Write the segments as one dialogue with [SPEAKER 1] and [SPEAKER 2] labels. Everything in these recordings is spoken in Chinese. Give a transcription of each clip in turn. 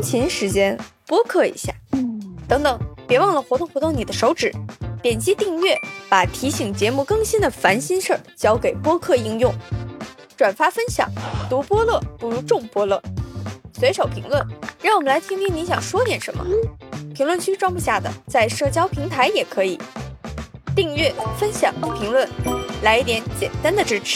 [SPEAKER 1] 勤时间播客一下，等等，别忘了活动你的手指，点击订阅，把提醒节目更新的烦心事儿交给播客应用，转发分享，独播乐不如众播乐，随手评论，让我们来听听你想说点什么。评论区装不下的，在社交平台也可以。订阅、分享、评论，来一点简单的支持。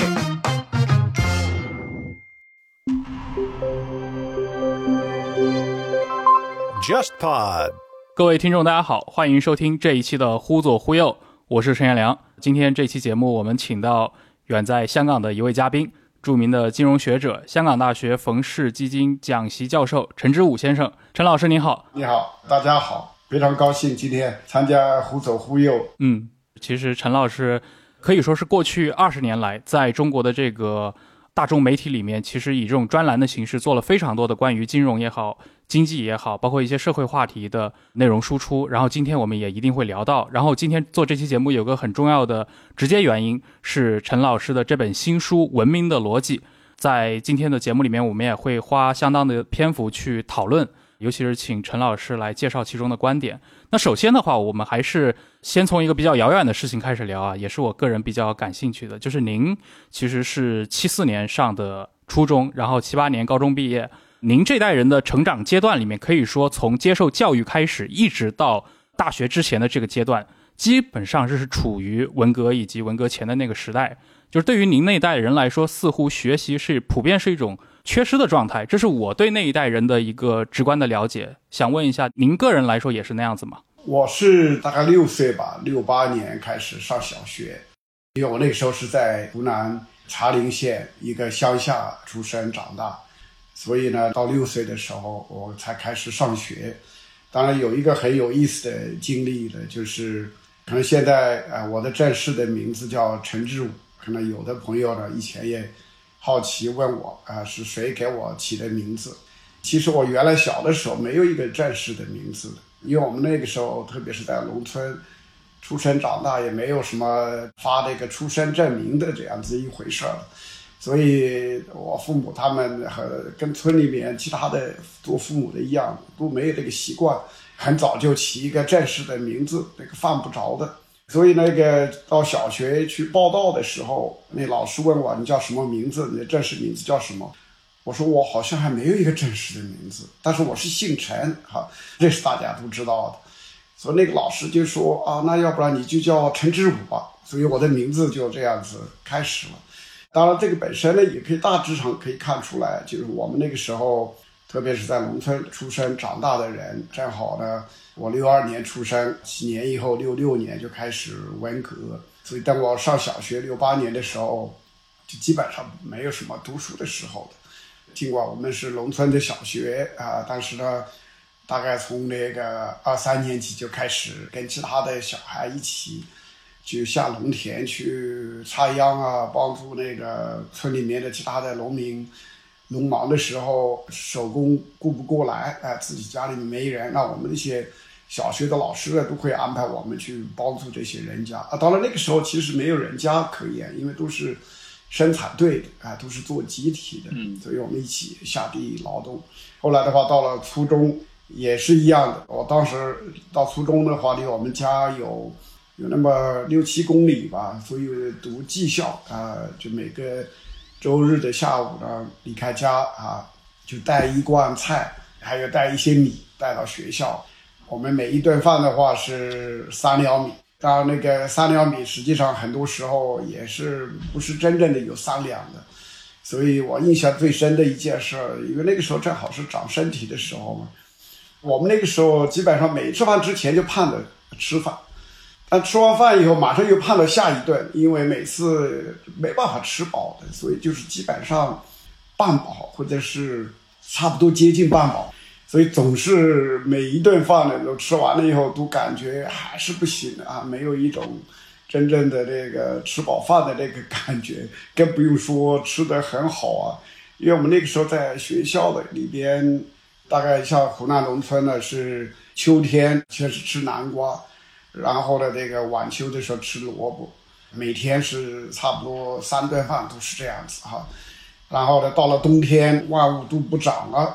[SPEAKER 2] JustPod，
[SPEAKER 3] 各位听众大家好，欢迎收听这一期的忽左忽右，我是陈彦良。今天这期节目我们请到远在香港的一位嘉宾，著名的金融学者，香港大学冯氏基金讲席教授陈之武先生。陈老师您好。
[SPEAKER 4] 你好，大家好，非常高兴今天参加忽左忽右。
[SPEAKER 3] 其实陈老师可以说是过去20年来在中国的这个大众媒体里面，其实以这种专栏的形式做了非常多的关于金融也好、经济也好，包括一些社会话题的内容输出。然后今天我们也一定会聊到。然后今天做这期节目有个很重要的直接原因是陈老师的这本新书《文明的逻辑》，在今天的节目里面我们也会花相当的篇幅去讨论，尤其是请陈老师来介绍其中的观点。那首先的话，我们还是先从一个比较遥远的事情开始聊啊，也是我个人比较感兴趣的，就是您其实是74年上的初中，然后78年高中毕业。您这代人的成长阶段里面，可以说从接受教育开始，一直到大学之前的这个阶段，基本上是处于文革以及文革前的那个时代。就是对于您那一代人来说，似乎学习是普遍是一种缺失的状态，这是我对那一代人的一个直观的了解。想问一下，您个人来说也是那样子吗？
[SPEAKER 4] 我是大概6岁吧，68年开始上小学，因为我那个时候是在湖南茶陵县一个乡下出生长大，所以呢，到6岁的时候我才开始上学。当然有一个很有意思的经历的，就是可能现在我的正式的名字叫陈之武，可能有的朋友呢以前也好奇问我是谁给我起的名字。其实我原来小的时候没有一个正式的名字的，因为我们那个时候特别是在农村出生长大，也没有什么发这个出生证明的这样子一回事儿，所以我父母他们跟村里面其他的做父母的一样，都没有这个习惯，很早就起一个正式的名字，那个犯不着的。所以那个到小学去报到的时候，那老师问我你叫什么名字，你的正式名字叫什么？我说我好像还没有一个正式的名字，但是我是姓陈这是大家都知道的。所以那个老师就说那要不然你就叫陈之武吧。所以我的名字就这样子开始了。当然这个本身呢也可以大致上可以看出来，就是我们那个时候特别是在农村出生长大的人，正好呢我62年出生，7年以后66年就开始文革，所以等我上小学68年的时候，就基本上没有什么读书的时候的。尽管我们是农村的小学但是呢大概从那个2、3年级就开始跟其他的小孩一起去下农田去插秧帮助那个村里面的其他的农民农忙的时候手工顾不过来自己家里面没人，那我们那些小学的老师呢都会安排我们去帮助这些人家当然那个时候其实没有人家可言，因为都是生产队的都是做集体的，所以我们一起下地劳动。后来的话到了初中也是一样的，我当时到初中的话离我们家有那么6、7公里吧，所以读技校就每个周日的下午呢离开家就带一罐菜，还有带一些米带到学校。我们每一顿饭的话是3两米，当然那个3两米实际上很多时候也是不是真正的有3两的。所以我印象最深的一件事，因为那个时候正好是长身体的时候嘛，我们那个时候基本上每吃饭之前就盼着吃饭，但吃完饭以后马上又盼着下一顿，因为每次没办法吃饱的，所以就是基本上半饱或者是差不多接近半饱，所以总是每一顿饭呢都吃完了以后都感觉还是不行没有一种真正的这个吃饱饭的这个感觉，更不用说吃得很好因为我们那个时候在学校的里边，大概像湖南农村呢是秋天全是吃南瓜，然后呢这个晚秋的时候吃萝卜，每天是差不多3顿饭都是这样子然后呢到了冬天万物都不长了，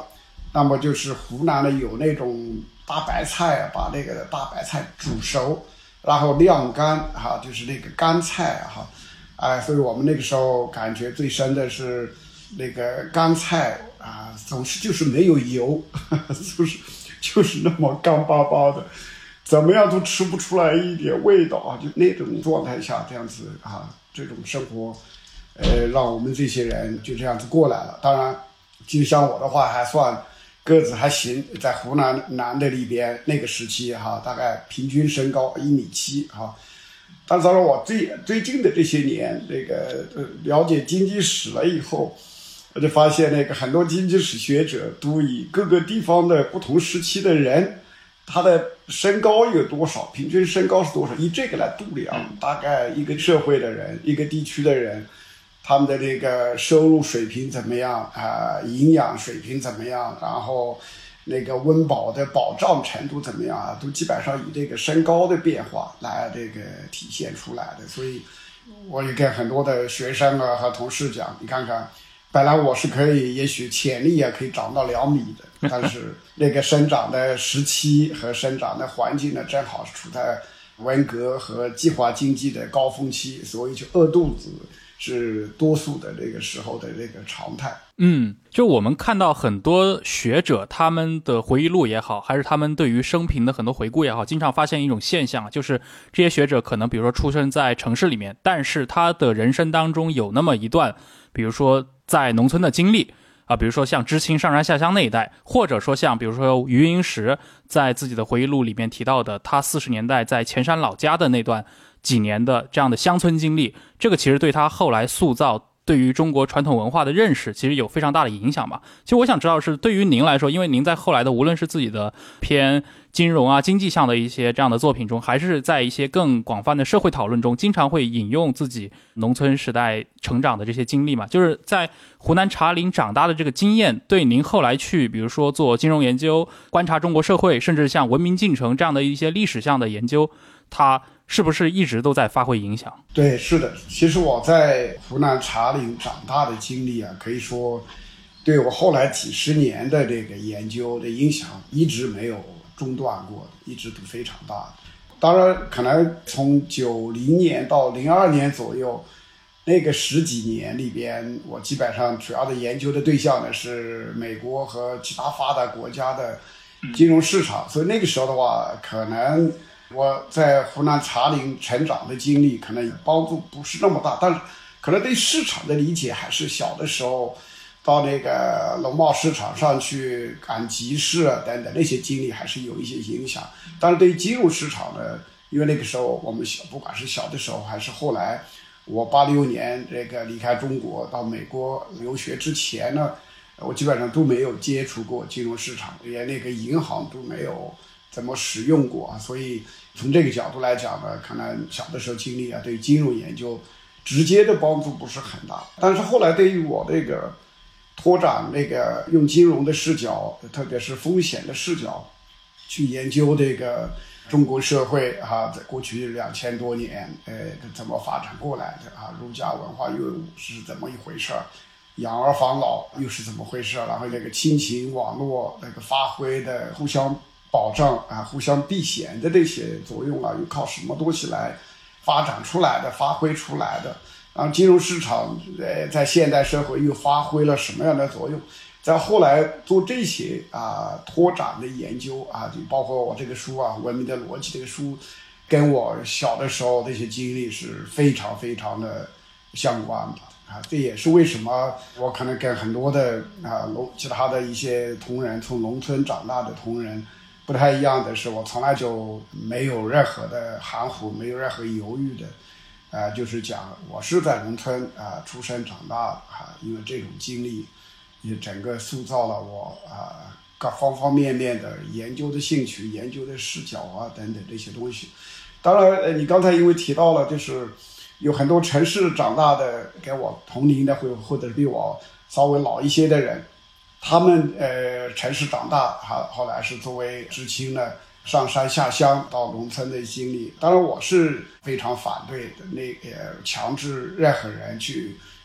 [SPEAKER 4] 那么就是湖南呢有那种大白菜，把那个大白菜煮熟，然后晾干就是那个干菜所以我们那个时候感觉最深的是那个干菜总是就是没有油，就是那么干巴巴的，怎么样都吃不出来一点味道就那种状态下这样子这种生活，让我们这些人就这样子过来了。当然，就像我的话还算个子还行，在湖南男的里边那个时期大概平均身高1.7米但是我最近的这些年那个了解经济史了以后，我就发现那个很多经济史学者都以各个地方的不同时期的人他的身高有多少，平均身高是多少，以这个来度量大概一个社会的人，一个地区的人，他们的那个收入水平怎么样营养水平怎么样，然后那个温饱的保障程度怎么样都基本上以这个身高的变化来这个体现出来的。所以我也跟很多的学生和同事讲，你看看本来我是可以也许潜力可以长到2米的，但是那个生长的时期和生长的环境呢正好是处在文革和计划经济的高峰期，所以就饿肚子是多数的这个时候的这个常态。
[SPEAKER 3] 就我们看到很多学者他们的回忆录也好，还是他们对于生平的很多回顾也好，经常发现一种现象，就是这些学者可能比如说出生在城市里面，但是他的人生当中有那么一段比如说在农村的经历比如说像知青上山下乡那一代，或者说像比如说余英时在自己的回忆录里面提到的他40年代在前山老家的那段几年的这样的乡村经历，这个其实对他后来塑造对于中国传统文化的认识其实有非常大的影响吧。其实我想知道是对于您来说，因为您在后来的无论是自己的偏金融经济项的一些这样的作品中，还是在一些更广泛的社会讨论中，经常会引用自己农村时代成长的这些经历嘛。就是在湖南茶陵长大的这个经验，对您后来去比如说做金融研究，观察中国社会，甚至像文明进程这样的一些历史项的研究，它是不是一直都在发挥影响？
[SPEAKER 4] 对，是的。其实我在湖南茶陵长大的经历可以说对我后来几十年的这个研究的影响一直没有中断过，一直都非常大。当然可能从90年到02年左右那个10几年里边，我基本上主要的研究的对象呢是美国和其他发达国家的金融市场，所以那个时候的话，可能我在湖南茶陵成长的经历可能帮助不是那么大，但是可能对市场的理解还是小的时候到那个农贸市场上去赶集市等等那些经历还是有一些影响。但是对于金融市场呢，因为那个时候我们不管是小的时候还是后来我86年这个离开中国到美国留学之前呢，我基本上都没有接触过金融市场，连那个银行都没有怎么使用过所以从这个角度来讲呢，可能小的时候经历对金融研究直接的帮助不是很大。但是后来对于我这个拓展那个用金融的视角，特别是风险的视角去研究这个中国社会在过去2000多年怎么发展过来的儒家文化又是怎么一回事，养儿防老又是怎么回事，然后那个亲情网络那个发挥的互相保障互相避险的这些作用又靠什么东西来发展出来的发挥出来的，然后金融市场在现代社会又发挥了什么样的作用。在后来做这些拓展的研究就包括我这个书文明的逻辑这个书跟我小的时候这些经历是非常非常的相关的这也是为什么我可能跟很多的其他的一些同仁从农村长大的同仁不太一样的是，我从来就没有任何的含糊，没有任何犹豫的就是讲我是在农村出生长大因为这种经历也整个塑造了我各方方面面的研究的兴趣、研究的视角等等这些东西。当然你刚才因为提到了就是有很多城市长大的跟我同龄的或者比我稍微老一些的人，他们城市长大后来是作为知青呢上山下乡到农村的经历。当然我是非常反对的那个强制任何人去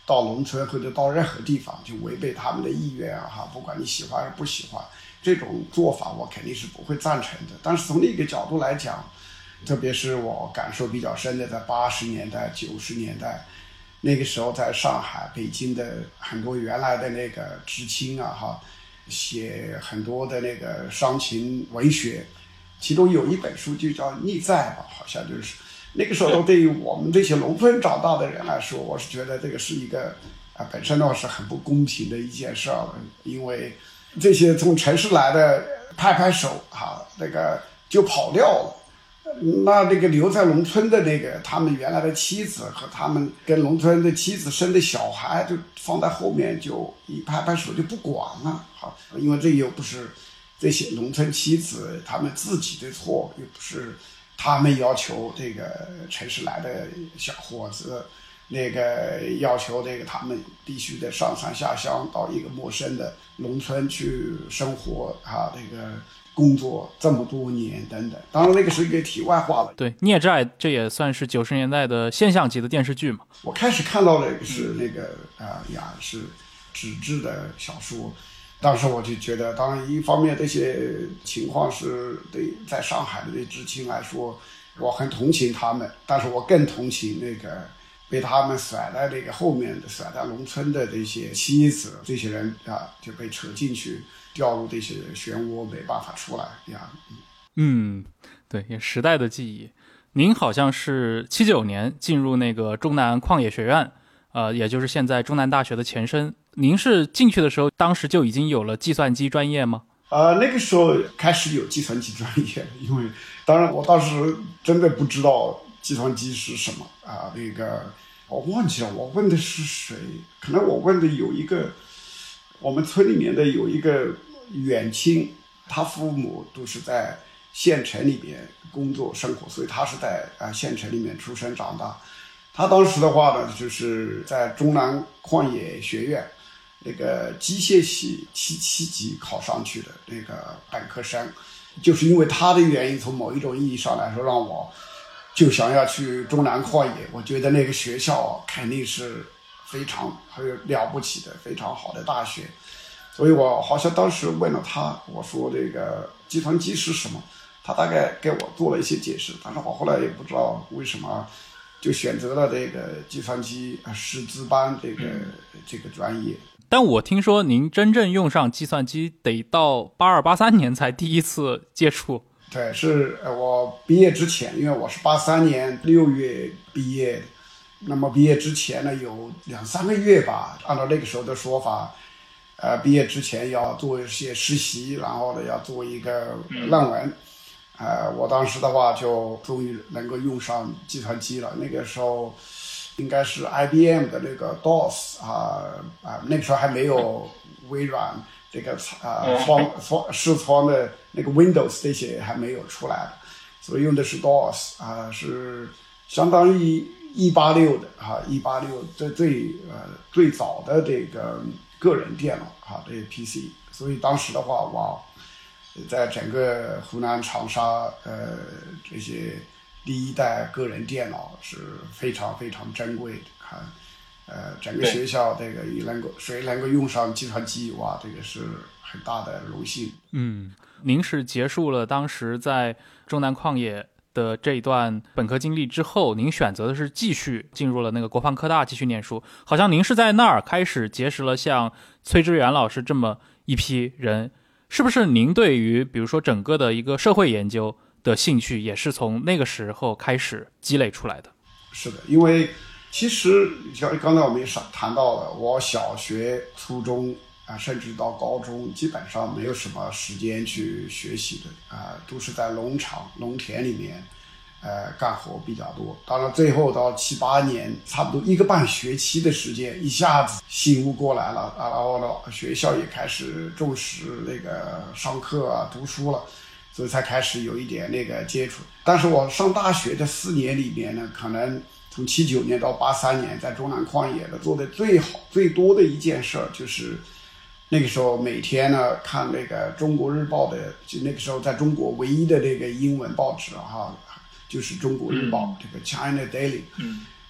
[SPEAKER 4] 到农村或者到任何地方就违背他们的意愿啊，不管你喜欢还是不喜欢，这种做法我肯定是不会赞成的。但是从另一个角度来讲，特别是我感受比较深的，在80年代、90年代，那个时候在上海、北京的很多原来的那个知青啊，写很多的那个伤情文学，其中有一本书就叫《逆在》吧，好像就是那个时候对于我们这些农村长大的人来说，我是觉得这个是一个本身的话是很不公平的一件事儿，因为这些从城市来的拍拍手那个就跑掉了。那个留在农村的那个他们原来的妻子和他们跟农村的妻子生的小孩就放在后面，就一拍拍手就不管了，因为这又不是这些农村妻子他们自己的错，又不是他们要求这个城市来的小伙子那个要求这个他们必须得上山下乡到一个陌生的农村去生活这个工作这么多年等等。当然那个是一个题外话了。
[SPEAKER 3] 对，孽债这也算是90年代的现象级的电视剧嘛。
[SPEAKER 4] 我开始看到的是那个是纸质的小说，当时我就觉得，当然一方面这些情况是对在上海的这知青来说我很同情他们，但是我更同情那个被他们甩在那个后面的甩在农村的这些妻子，这些人就被扯进去掉入这些漩涡没办法出来呀。
[SPEAKER 3] 对，也时代的记忆。您好像是79年进入那个中南矿业学院，也就是现在中南大学的前身。您是进去的时候当时就已经有了计算机专业吗？
[SPEAKER 4] 那个时候开始有计算机专业，因为当然我当时真的不知道计算机是什么那个我忘记了我问的是谁，可能我问的有一个我们村里面的有一个远亲，他父母都是在县城里面工作生活，所以他是在县城里面出生长大。他当时的话呢，就是在中南矿业学院那个机械系7级考上去的那个本科生，就是因为他的原因，从某一种意义上来说，让我就想要去中南矿业。我觉得那个学校肯定是非常很了不起的非常好的大学，所以我好像当时问了他，我说这个计算机是什么，他大概给我做了一些解释，但是我后来也不知道为什么就选择了这个计算机师资班这个专业。
[SPEAKER 3] 但我听说您真正用上计算机得到82、83年才第一次接触。
[SPEAKER 4] 对，是我毕业之前，因为我是83年6月毕业的，那么毕业之前呢有2-3个月吧，按照那个时候的说法毕业之前要做一些实习，然后呢要做一个论文。我当时的话就终于能够用上计算机了。那个时候应该是 IBM 的那个 DOS 那个时候还没有微软这个视窗的那个 Windows 这些还没有出来的，所以用的是 DOS 是相当于186的186最早的这个个人电脑这个 PC。所以当时的话在整个湖南长沙这些第一代个人电脑是非常非常珍贵的整个学校这个谁能够用上计算机，这个是很大的荣幸。
[SPEAKER 3] 您是结束了当时在中南矿业的这一段本科经历之后，您选择的是继续进入了那个国防科大继续念书，好像您是在那儿开始结识了像崔之源老师这么一批人。是不是您对于比如说整个的一个社会研究的兴趣也是从那个时候开始积累出来的？
[SPEAKER 4] 是的，因为其实像刚才我们也谈到了，我小学初中甚至到高中基本上没有什么时间去学习的都是在农场农田里面干活比较多。当然最后到7、8年差不多1个半学期的时间，一下子醒悟过来了然后呢学校也开始重视那个上课读书了，所以才开始有一点那个接触。但是我上大学的4年里面呢，可能从79年到83年在中南矿业的做的最好最多的一件事就是那个时候每天呢看那个中国日报的，就那个时候在中国唯一的这个英文报纸就是中国日报这个 China Daily。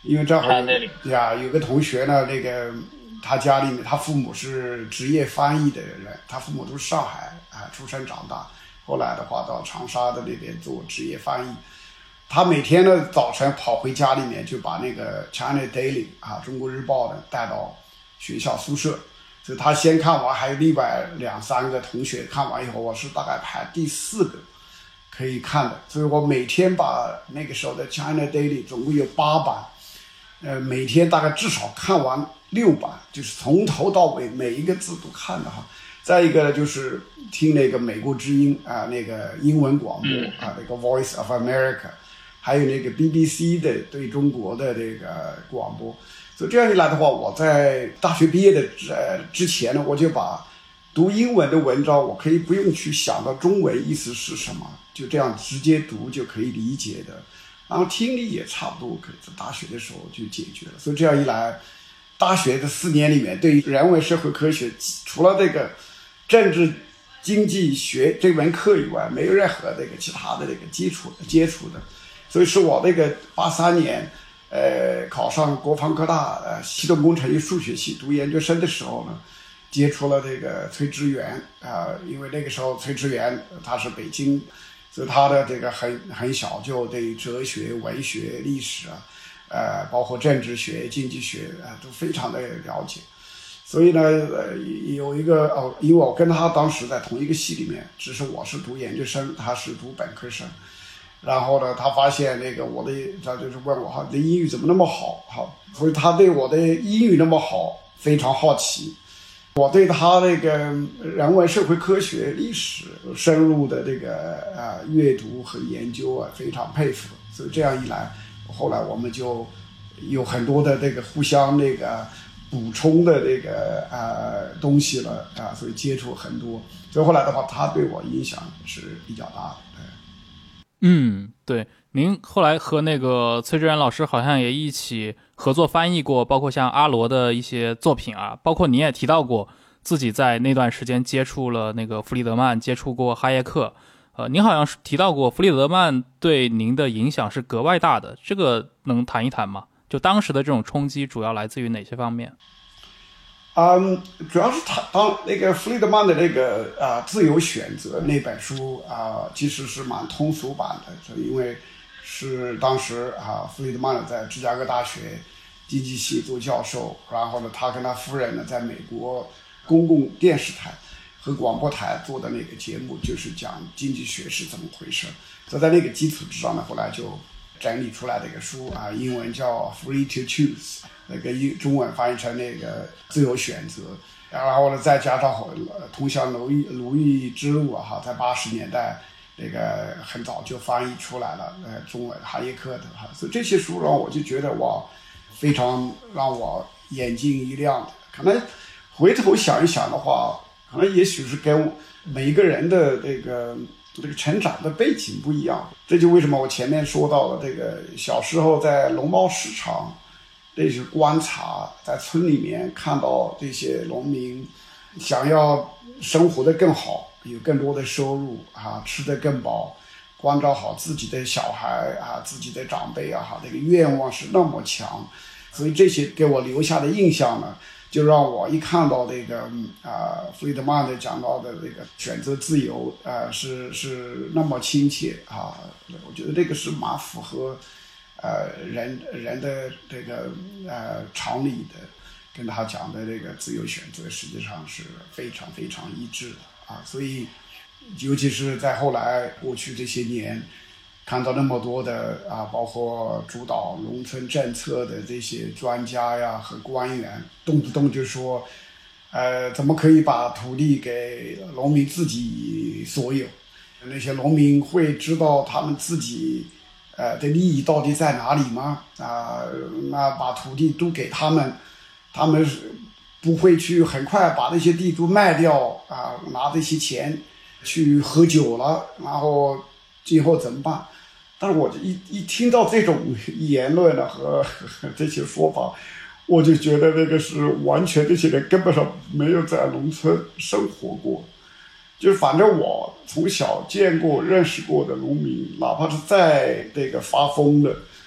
[SPEAKER 4] 因为正好有个同学呢，那个他家里面他父母是职业翻译的人，他父母都是上海出生长大，后来的话到长沙的那边做职业翻译。他每天呢早晨跑回家里面，就把那个 China Daily 中国日报呢带到学校宿舍，所以他先看完，还有另外2-3个同学看完以后，我是大概排第4个可以看的，所以我每天把那个时候的 China Daily 总共有8版，每天大概至少看完6版，就是从头到尾每一个字都看的哈。再一个就是听那个美国之音那个英文广播那个 Voice of America， 还有那个 BBC 的对中国的这个广播。所以这样一来的话，我在大学毕业的之前呢，我就把读英文的文章，我可以不用去想到中文意思是什么，就这样直接读就可以理解的。然后听力也差不多可以在大学的时候就解决了。所以这样一来，大学的4年里面，对人文社会科学除了这个政治经济学这门课以外，没有任何这个其他的这个接触的。所以是我那个83年考上国防科大系统工程与数学系读研究生的时候呢，接触了这个崔致远因为那个时候崔致远他是北京，所以他的这个很小就对哲学、文学、历史包括政治学、经济学都非常的了解。所以呢有一个因为我跟他当时在同一个系里面，只是我是读研究生，他是读本科生。然后呢，他发现那个他就是问我你的英语怎么那么好所以他对我的英语那么好非常好奇。我对他那个人文社会科学、历史深入的这个阅读和研究非常佩服。所以这样一来，后来我们就有很多的这个互相那个补充的这个东西了所以接触很多。所以后来的话，他对我影响是比较大的。
[SPEAKER 3] 对，您后来和那个崔致远老师好像也一起合作翻译过，包括像阿罗的一些作品包括你也提到过自己在那段时间接触了那个弗里德曼，接触过哈耶克。您好像是提到过弗里德曼对您的影响是格外大的，这个能谈一谈吗？就当时的这种冲击主要来自于哪些方面？
[SPEAKER 4] 主要是他那个弗里德曼的那个自由选择那本书其实是蛮通俗版的，因为是当时弗里德曼在芝加哥大学经济系做教授，然后呢他跟他夫人呢在美国公共电视台和广播台做的那个节目，就是讲经济学是怎么回事。所以在那个基础之上呢，后来就整理出来的一个书英文叫 Free to Choose， 那个中文翻译成那个自由选择。然后呢再加上通向奴役之路在80年代那个很早就翻译出来了中文哈耶克的所以这些书让我就觉得非常让我眼睛一亮。可能回头想一想的话，可能也许是跟每一个人的这个成长的背景不一样。这就为什么我前面说到了这个小时候在农贸市场这些观察，在村里面看到这些农民想要生活得更好，有更多的收入吃得更饱，关照好自己的小孩自己的长辈这个愿望是那么强。所以这些给我留下的印象呢，就让我一看到这个弗里德曼的讲到的这个选择自由是那么亲切我觉得这个是蛮符合人的这个常理的，跟他讲的这个自由选择实际上是非常非常一致的所以尤其是在后来过去这些年看到那么多的包括主导农村政策的这些专家和官员动不动就说怎么可以把土地给农民自己所有，那些农民会知道他们自己的利益到底在哪里吗那把土地都给他们不会去很快把那些地都卖掉拿这些钱去喝酒了，然后今后怎么办？但是我一听到这种言论和这些说法，我就觉得那个是完全这些人根本上没有在农村生活过。就是反正我从小见过认识过的农民，哪怕是在这个发疯的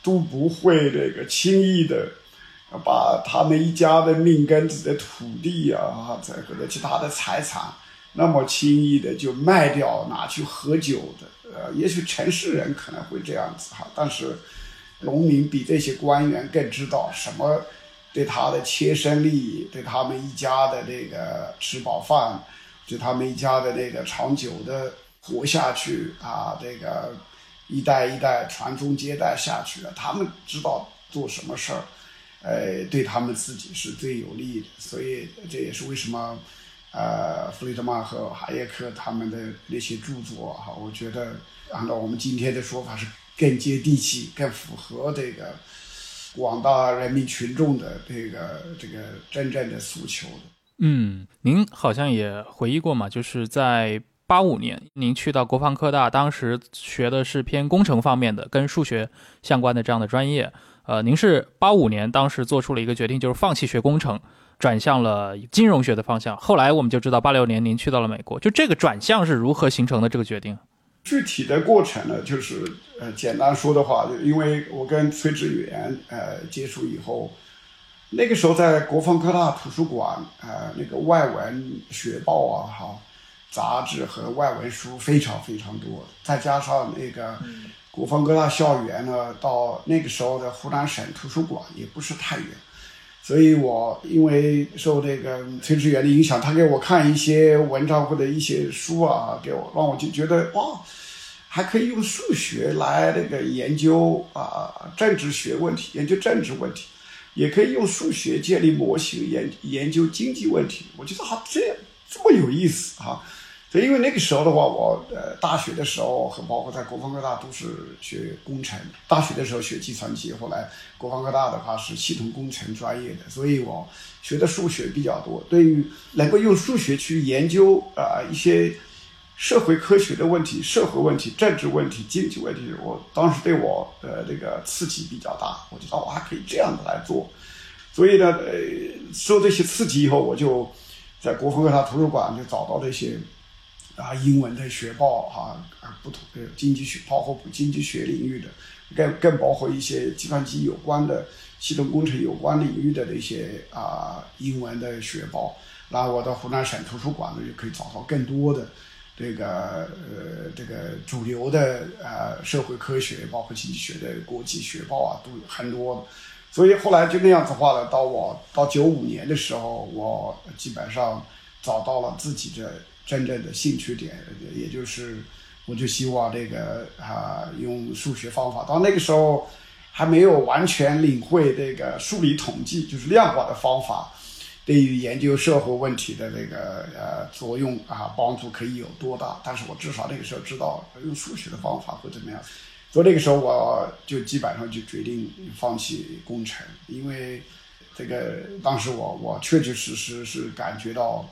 [SPEAKER 4] 都不会这个轻易的把他们一家的命根子的土地啊，或者其他的财产那么轻易的就卖掉拿去喝酒的。也许城市人可能会这样子哈，但是农民比这些官员更知道什么对他的切身利益，对他们一家的这个吃饱饭，对他们一家的那个长久的活下去啊，这个一代一代传宗接代下去了，他们知道做什么事儿对他们自己是最有利的。所以这也是为什么弗里德曼和哈耶克他们的那些著作哈，我觉得按照我们今天的说法是更接地气，更符合这个广大人民群众的这个真正的诉求的。
[SPEAKER 3] 您好像也回忆过嘛，就是在85年您去到国防科大，当时学的是偏工程方面的，跟数学相关的这样的专业。您是85年当时做出了一个决定，就是放弃学工程，转向了金融学的方向。后来我们就知道86年您去到了美国，就这个转向是如何形成的这个决定？
[SPEAKER 4] 具体的过程呢，就是简单说的话，因为我跟崔志远接触以后，那个时候在国防科大图书馆那个外文学报啊哈，杂志和外文书非常非常多，再加上那个国防科大校园呢，到那个时候的湖南省图书馆也不是太远，所以我因为受这个崔志远的影响，他给我看一些文章或者一些书啊，让我就觉得哇，还可以用数学来这个研究政治学问题，研究政治问题，也可以用数学建立模型研究经济问题。我觉得这么有意思啊！所以因为那个时候的话，我大学的时候和包括在国防科大都是学工程，大学的时候学计算机，后来国防科大的话是系统工程专业的，所以我学的数学比较多。对于能够用数学去研究一些社会科学的问题、社会问题、政治问题、经济问题，我当时对我这个刺激比较大，我觉得我还可以这样的来做。所以呢，受这些刺激以后，我就在国防科大图书馆就找到这些英文的学报不同的经济学，包括经济学领域的，更包括一些计算机有关的、系统工程有关领域的那些英文的学报。然后我到湖南省图书馆呢，就可以找到更多的这个主流的社会科学，包括经济学的国际学报都有很多。所以后来就那样子话了，到95年的时候，我基本上找到了自己的真正的兴趣点，也就是我就希望这个用数学方法。到那个时候还没有完全领会这个数理统计，就是量化的方法对于研究社会问题的这个作用帮助可以有多大，但是我至少那个时候知道用数学的方法会怎么样。所以那个时候我就基本上就决定放弃工程，因为这个当时我确确实实是感觉到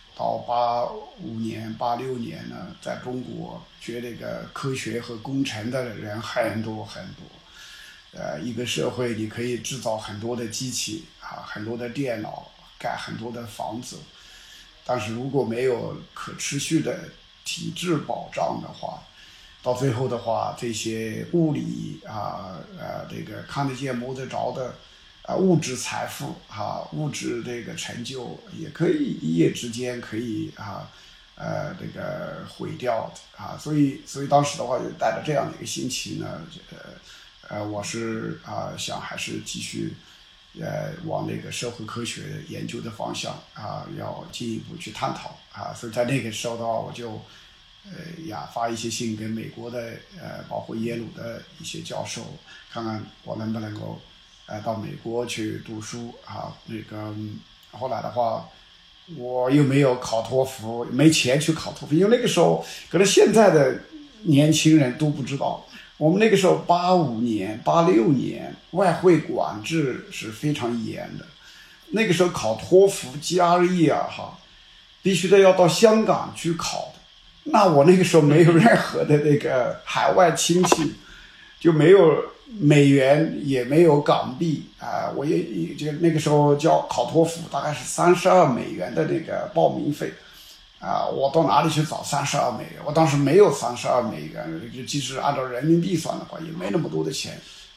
[SPEAKER 4] 85年、86年呢，在中国学这个科学和工程的人很多很多。一个社会你可以制造很多的机器很多的电脑，盖很多的房子，但是如果没有可持续的体制保障的话，到最后的话，这些物理这个看得见摸得着的物质财富物质这个成就也可以一夜之间可以这个毁掉的所以当时的话就带着这样的一个心情呢，我是想还是继续往那个社会科学研究的方向要进一步去探讨所以在那个时候的话，我就发一些信跟美国的包括耶鲁的一些教授，看看我能不能够到美国去读书那个后来的话，我又没有考托福，没钱去考托福，因为那个时候可能现在的年轻人都不知道，我们那个时候85年、86年外汇管制是非常严的，那个时候考托福、GRE 必须得要到香港去考的。那我那个时候没有任何的那个海外亲戚，就没有美元，也没有港币我也就那个时候考托福大概是32美元的那个报名费我到哪里去找32美元？我当时没有32美元，就即使按照人民币算的话，也没那么多的钱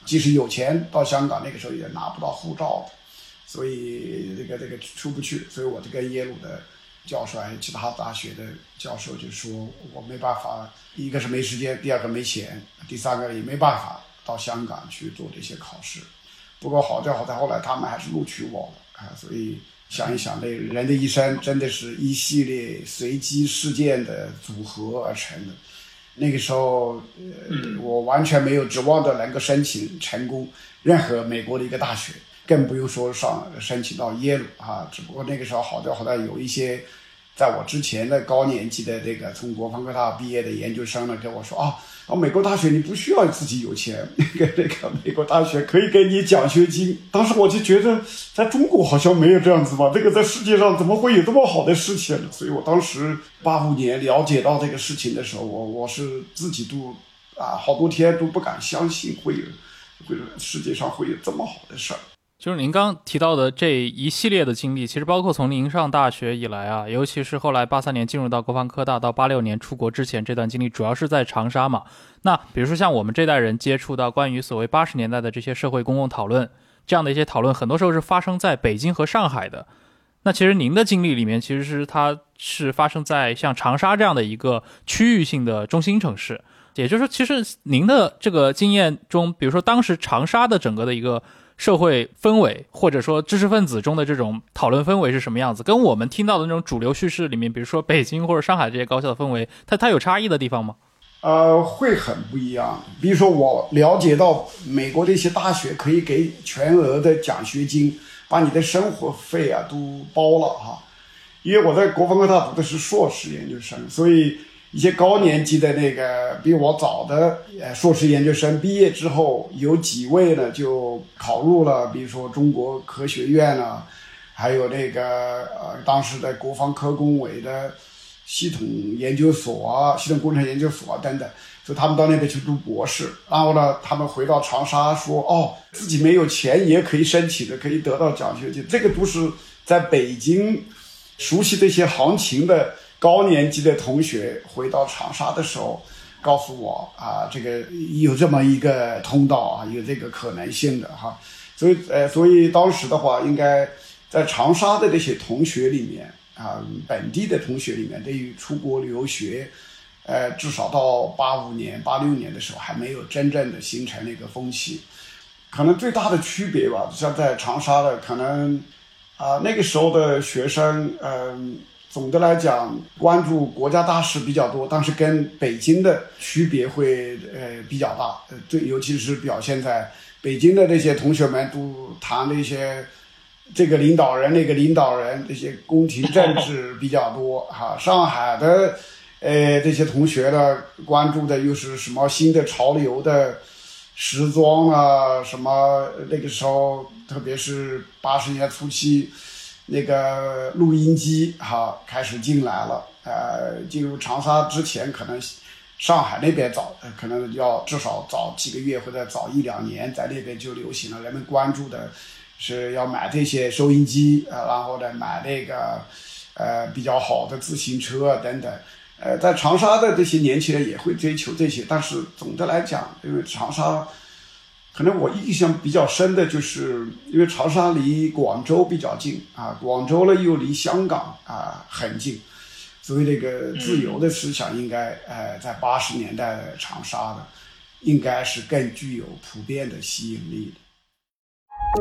[SPEAKER 4] 即使有钱到香港，那个时候也拿不到护照的，所以这个出不去。所以我就跟耶鲁的教授还有其他大学的教授就说，我没办法，一个是没时间，第二个没钱，第三个也没办法到香港去做这些考试。不过好在后来他们还是录取我了啊，所以想一想，这人的一生真的是一系列随机事件的组合而成的。那个时候，我完全没有指望着能够申请成功任何美国的一个大学，更不用说申请到耶鲁啊。只不过那个时候好在有一些在我之前的高年级的这个从国防科大毕业的研究生呢，跟我说美国大学你不需要自己有钱，那个美国大学可以给你奖学金。当时我就觉得在中国好像没有这样子吧，这个在世界上怎么会有这么好的事情呢？所以我当时85年了解到这个事情的时候，我是自己都好多天都不敢相信会世界上会有这么好的事儿。
[SPEAKER 3] 就是您刚提到的这一系列的经历，其实包括从您上大学以来啊，尤其是后来83年进入到国防科大到86年出国之前这段经历，主要是在长沙嘛。那比如说像我们这代人接触到关于所谓80年代的这些社会公共讨论，这样的一些讨论很多时候是发生在北京和上海的。那其实您的经历里面，其实它是发生在像长沙这样的一个区域性的中心城市。也就是说，其实您的这个经验中，比如说当时长沙的整个的一个社会氛围，或者说知识分子中的这种讨论氛围是什么样子，跟我们听到的那种主流叙事里面，比如说北京或者上海这些高校的氛围，它有差异的地方吗？
[SPEAKER 4] 会很不一样。比如说我了解到美国的一些大学可以给全额的奖学金，把你的生活费都包了哈。因为我在国防科大读的是硕士研究生，所以一些高年级的那个比我早的硕士研究生毕业之后，有几位呢就考入了，比如说中国科学院啊，还有那个当时的国防科工委的系统研究所啊、系统工程研究所啊等等，所以他们到那边去读博士。然后呢，他们回到长沙说，自己没有钱也可以申请的，可以得到奖学金。这个都是在北京熟悉这些行情的高年级的同学回到长沙的时候告诉我这个有这么一个通道有这个可能性的哈。所以当时的话，应该在长沙的这些同学里面本地的同学里面，对于出国留学至少到85年、86年的时候还没有真正的形成那个风气。可能最大的区别吧，像在长沙的可能那个时候的学生总的来讲关注国家大事比较多，但是跟北京的区别会比较大。尤其是表现在北京的那些同学们都谈那些这个领导人那个领导人，这些宫廷政治比较多上海的这些同学呢关注的又是什么新的潮流的时装啊，什么那个时候特别是80年初期那个录音机开始进来了。进入长沙之前可能上海那边早，可能要至少早几个月或者早1-2年，在那边就流行了。人们关注的是要买这些收音机然后呢买那个比较好的自行车等等。在长沙的这些年轻人也会追求这些，但是总的来讲，因为长沙可能我印象比较深的就是因为长沙离广州比较近广州呢又离香港很近，所以这个自由的思想应该在80年代的长沙的应该是更具有普遍的吸引力的。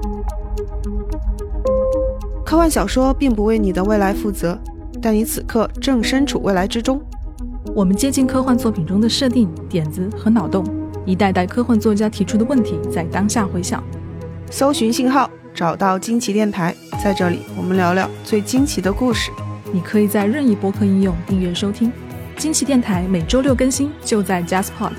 [SPEAKER 5] 科幻小说并不为你的未来负责，但你此刻正身处未来之中。
[SPEAKER 6] 我们接近科幻作品中的设定、点子和脑洞，一代代科幻作家提出的问题在当下回响。
[SPEAKER 5] 搜寻信号，找到惊奇电台，在这里我们聊聊最惊奇的故事。
[SPEAKER 6] 你可以在任意播客应用订阅收听。惊奇电台每周6更新，就在 JustPod。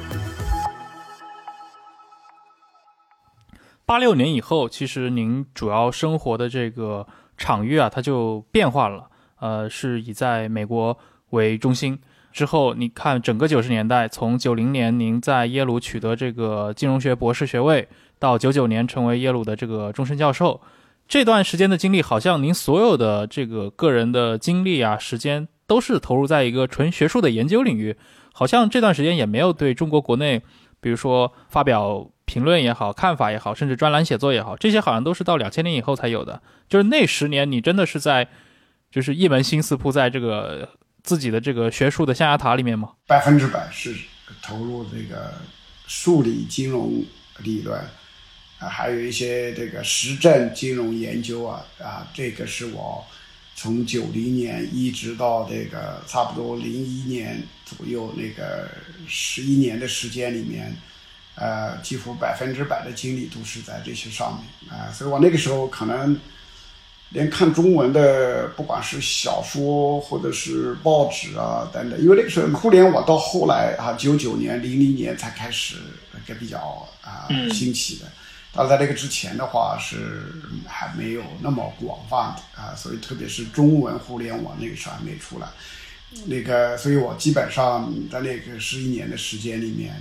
[SPEAKER 3] 86年以后，其实您主要生活的这个场域它就变化了，是以在美国为中心。之后你看整个90年代，从90年您在耶鲁取得这个金融学博士学位，到99年成为耶鲁的这个终身教授，这段时间的经历，好像您所有的这个个人的精力时间都是投入在一个纯学术的研究领域，好像这段时间也没有对中国国内比如说发表评论也好，看法也好，甚至专栏写作也好，这些好像都是到2000年以后才有的。就是那10年你真的是在就是一门心思扑在这个自己的这个学术的象牙塔里面吗
[SPEAKER 4] ？100%是投入这个数理金融理论还有一些这个实证金融研究这个是我从90年一直到这个差不多01年左右那个11年的时间里面，几乎100%的精力都是在这些上面所以我那个时候可能连看中文的，不管是小说或者是报纸等等，因为那个时候互联网到后来99年、00年才开始比较兴起的。但在那个之前的话是还没有那么广泛的所以特别是中文互联网那个时候还没出来，所以我基本上在那个11年的时间里面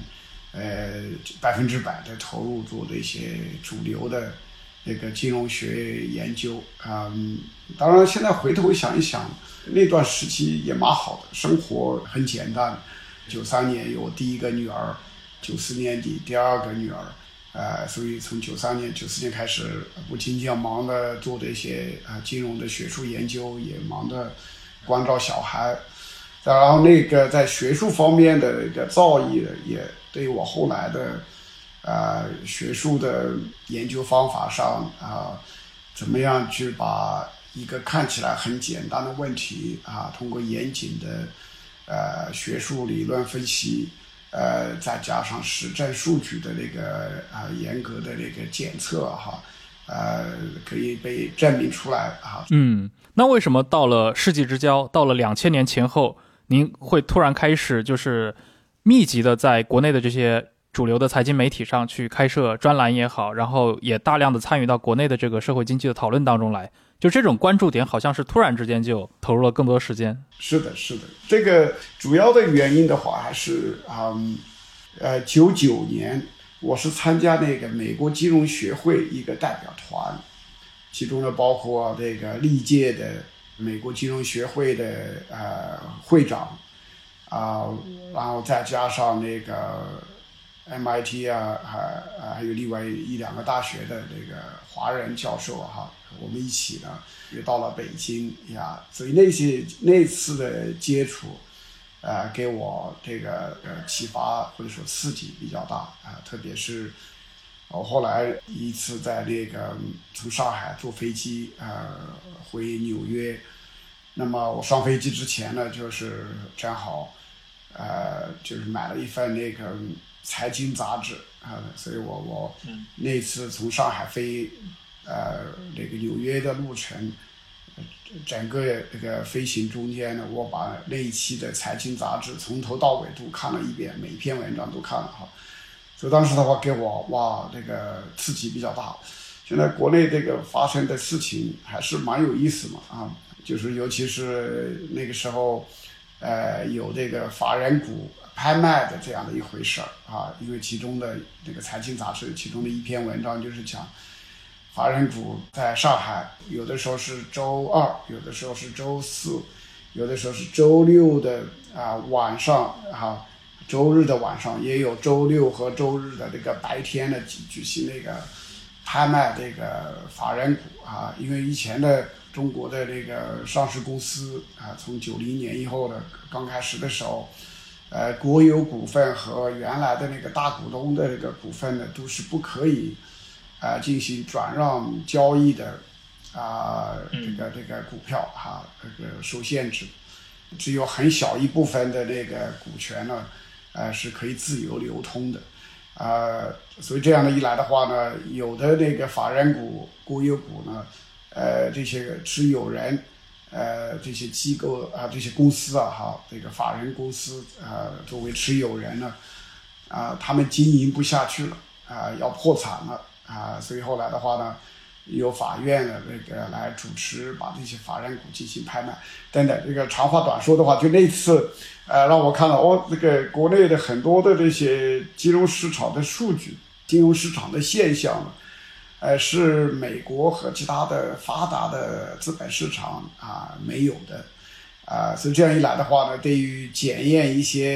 [SPEAKER 4] ，100%的投入做这些主流的那个金融学研究当然现在回头想一想，那段时期也蛮好的，生活很简单。93年有我第一个女儿，94年底第二个女儿。所以从93年、94年开始，不仅仅要忙着做这些金融的学术研究，也忙着关照小孩。然后那个在学术方面的一个造诣也对我后来的学术的研究方法上怎么样去把一个看起来很简单的问题通过严谨的学术理论分析。再加上实证数据的那个严格的那个检测可以被证明出来
[SPEAKER 3] 那为什么到了世纪之交，到了2000年前后，您会突然开始就是密集的在国内的这些主流的财经媒体上去开设专栏也好，然后也大量的参与到国内的这个社会经济的讨论当中来？就这种关注点好像是突然之间就投入了更多时间。
[SPEAKER 4] 是的，这个主要的原因的话还是99年我是参加那个美国金融学会一个代表团，其中呢包括这个历届的美国金融学会的会长然后再加上那个 MIT 还有另外1-2个大学的那个华人教授我们一起呢也到了北京所以那次的接触给我这个启发或者说刺激比较大特别是我后来一次在那个从上海坐飞机回纽约，那么我上飞机之前呢就是正好就是买了一份那个财经杂志所以我那次从上海飞那个纽约的路程，整个这个飞行中间呢，我把那一期的财经杂志从头到尾都看了一遍，每篇文章都看了所以当时的话给我这个刺激比较大。现在国内这个发生的事情还是蛮有意思嘛就是尤其是那个时候有这个法人股拍卖的这样的一回事因为其中的那个财经杂志其中的一篇文章就是讲法人股在上海有的时候是周二，有的时候是周四，有的时候是周六的晚上周日的晚上，也有周六和周日的这个白天的举行那个拍卖这个法人股因为以前的中国的这个上市公司从90年以后的刚开始的时候国有股份和原来的那个大股东的这个股份呢都是不可以进行转让交易的这个股票这个受限制，只有很小一部分的那个股权呢是可以自由流通的所以这样的一来的话呢，有的那个法人股国有股呢这些持有人这些机构这些公司这个法人公司作为持有人呢他们经营不下去了要破产了所以后来的话呢由法院的那个来主持把这些法人股进行拍卖等等。这个长话短说的话，就那次让我看到这个国内的很多的这些金融市场的数据，金融市场的现象是美国和其他的发达的资本市场没有的所以这样一来的话呢，对于检验一些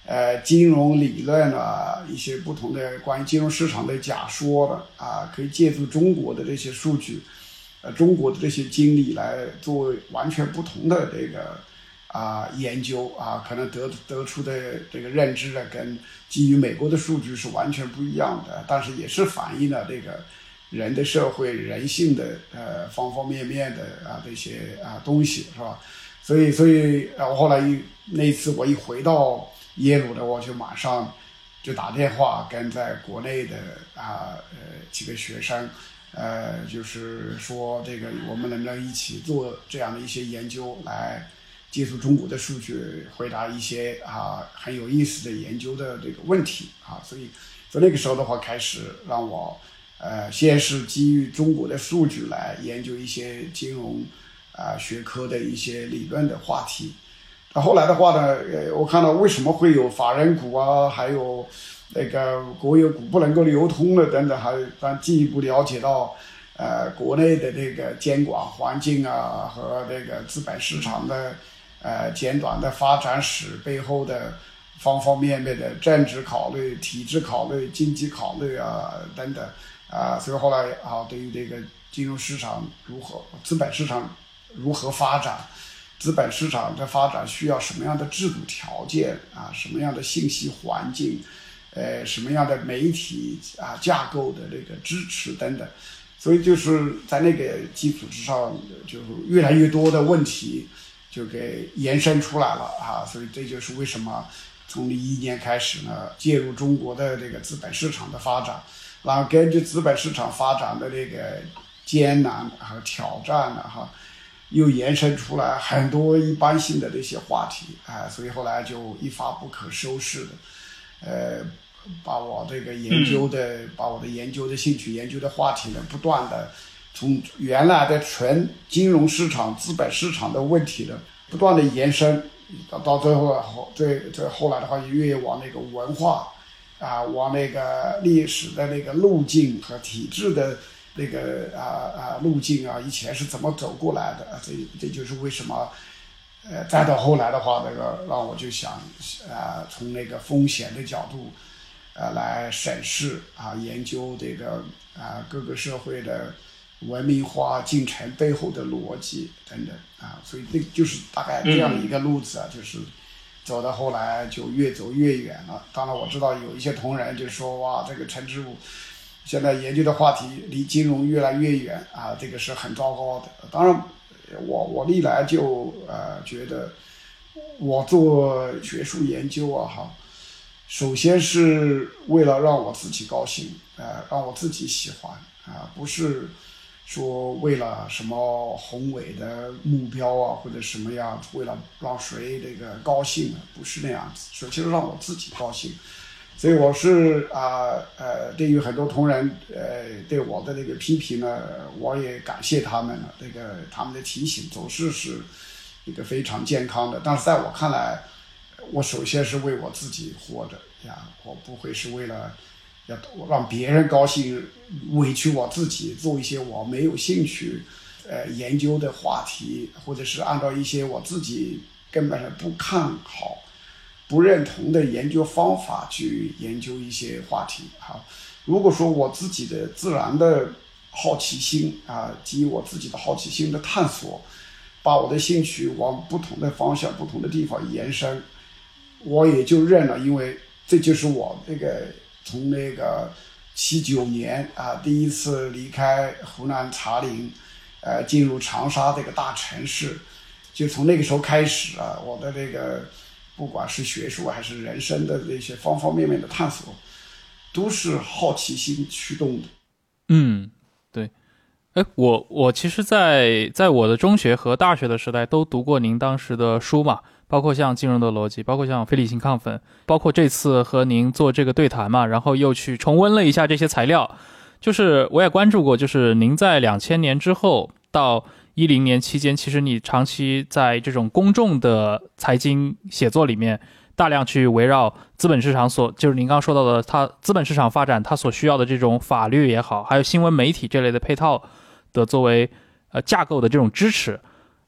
[SPEAKER 4] 金融理论啊，一些不同的关于金融市场的假说的啊，可以借助中国的这些数据，中国的这些经历来做完全不同的这个研究啊，可能得出的这个认知呢，跟基于美国的数据是完全不一样的，但是也是反映了这个人的社会人性的方方面面的这些东西，是吧？所以我后来那一次我一回到耶鲁的，我就马上就打电话跟在国内的几个学生，就是说这个我们能不能一起做这样的一些研究，来借助中国的数据回答一些很有意思的研究的这个问题所以那个时候的话开始让我先是基于中国的数据来研究一些金融学科的一些理论的话题。后来的话呢，我看到为什么会有法人股还有那个国有股不能够流通的等等，还进一步了解到国内的这个监管环境和这个资本市场的简短的发展史背后的方方面面的政治考虑、体制考虑、经济考虑等等所以后来对于这个金融市场资本市场如何发展，资本市场的发展需要什么样的制度条件什么样的信息环境，什么样的媒体架构的这个支持等等，所以就是在那个基础之上，就是越来越多的问题就给延伸出来了所以这就是为什么从2001年开始呢，介入中国的这个资本市场的发展，然后根据资本市场发展的这个艰难和挑战又延伸出来很多一般性的这些话题所以后来就一发不可收拾的把我这个研究的把我的研究的兴趣研究的话题呢，不断的从原来的纯金融市场资本市场的问题呢，不断的延伸到最后来的话，越往那个文化往那个历史的那个路径和体制的那个路径以前是怎么走过来的这就是为什么再到后来的话，那个让我就想从那个风险的角度来审视研究这个各个社会的文明化进程背后的逻辑等等所以这就是大概这样一个路子就是走到后来就越走越远了。当然我知道有一些同仁就说哇，这个陈之武现在研究的话题离金融越来越远这个是很糟糕的。当然我历来就觉得我做学术研究首先是为了让我自己高兴让我自己喜欢不是说为了什么宏伟的目标或者什么样，为了让谁这个高兴不是那样子，首先让我自己高兴。所以我是对于很多同仁对我的这个批评呢，我也感谢他们了。这个他们的提醒总是一个非常健康的。但是在我看来，我首先是为我自己活着我不会是为了要让别人高兴，委屈我自己做一些我没有兴趣研究的话题，或者是按照一些我自己根本不看好不认同的研究方法去研究一些话题如果说我自己的自然的好奇心基于我自己的好奇心的探索，把我的兴趣往不同的方向不同的地方延伸，我也就认了。因为这就是我那个从那个79年第一次离开湖南茶陵进入长沙这个大城市，就从那个时候开始我的这个不管是学术还是人生的这些方方面面的探索都是好奇心驱动的。
[SPEAKER 3] 对。我其实在我的中学和大学的时代都读过您当时的书嘛，包括像金融的逻辑，包括像非理性亢奋，包括这次和您做这个对谈嘛，然后又去重温了一下这些材料。就是我也关注过，就是您在2000年之后到2010年期间，其实你长期在这种公众的财经写作里面大量去围绕资本市场就是您刚刚说到的它资本市场发展它所需要的这种法律也好，还有新闻媒体这类的配套的作为架构的这种支持。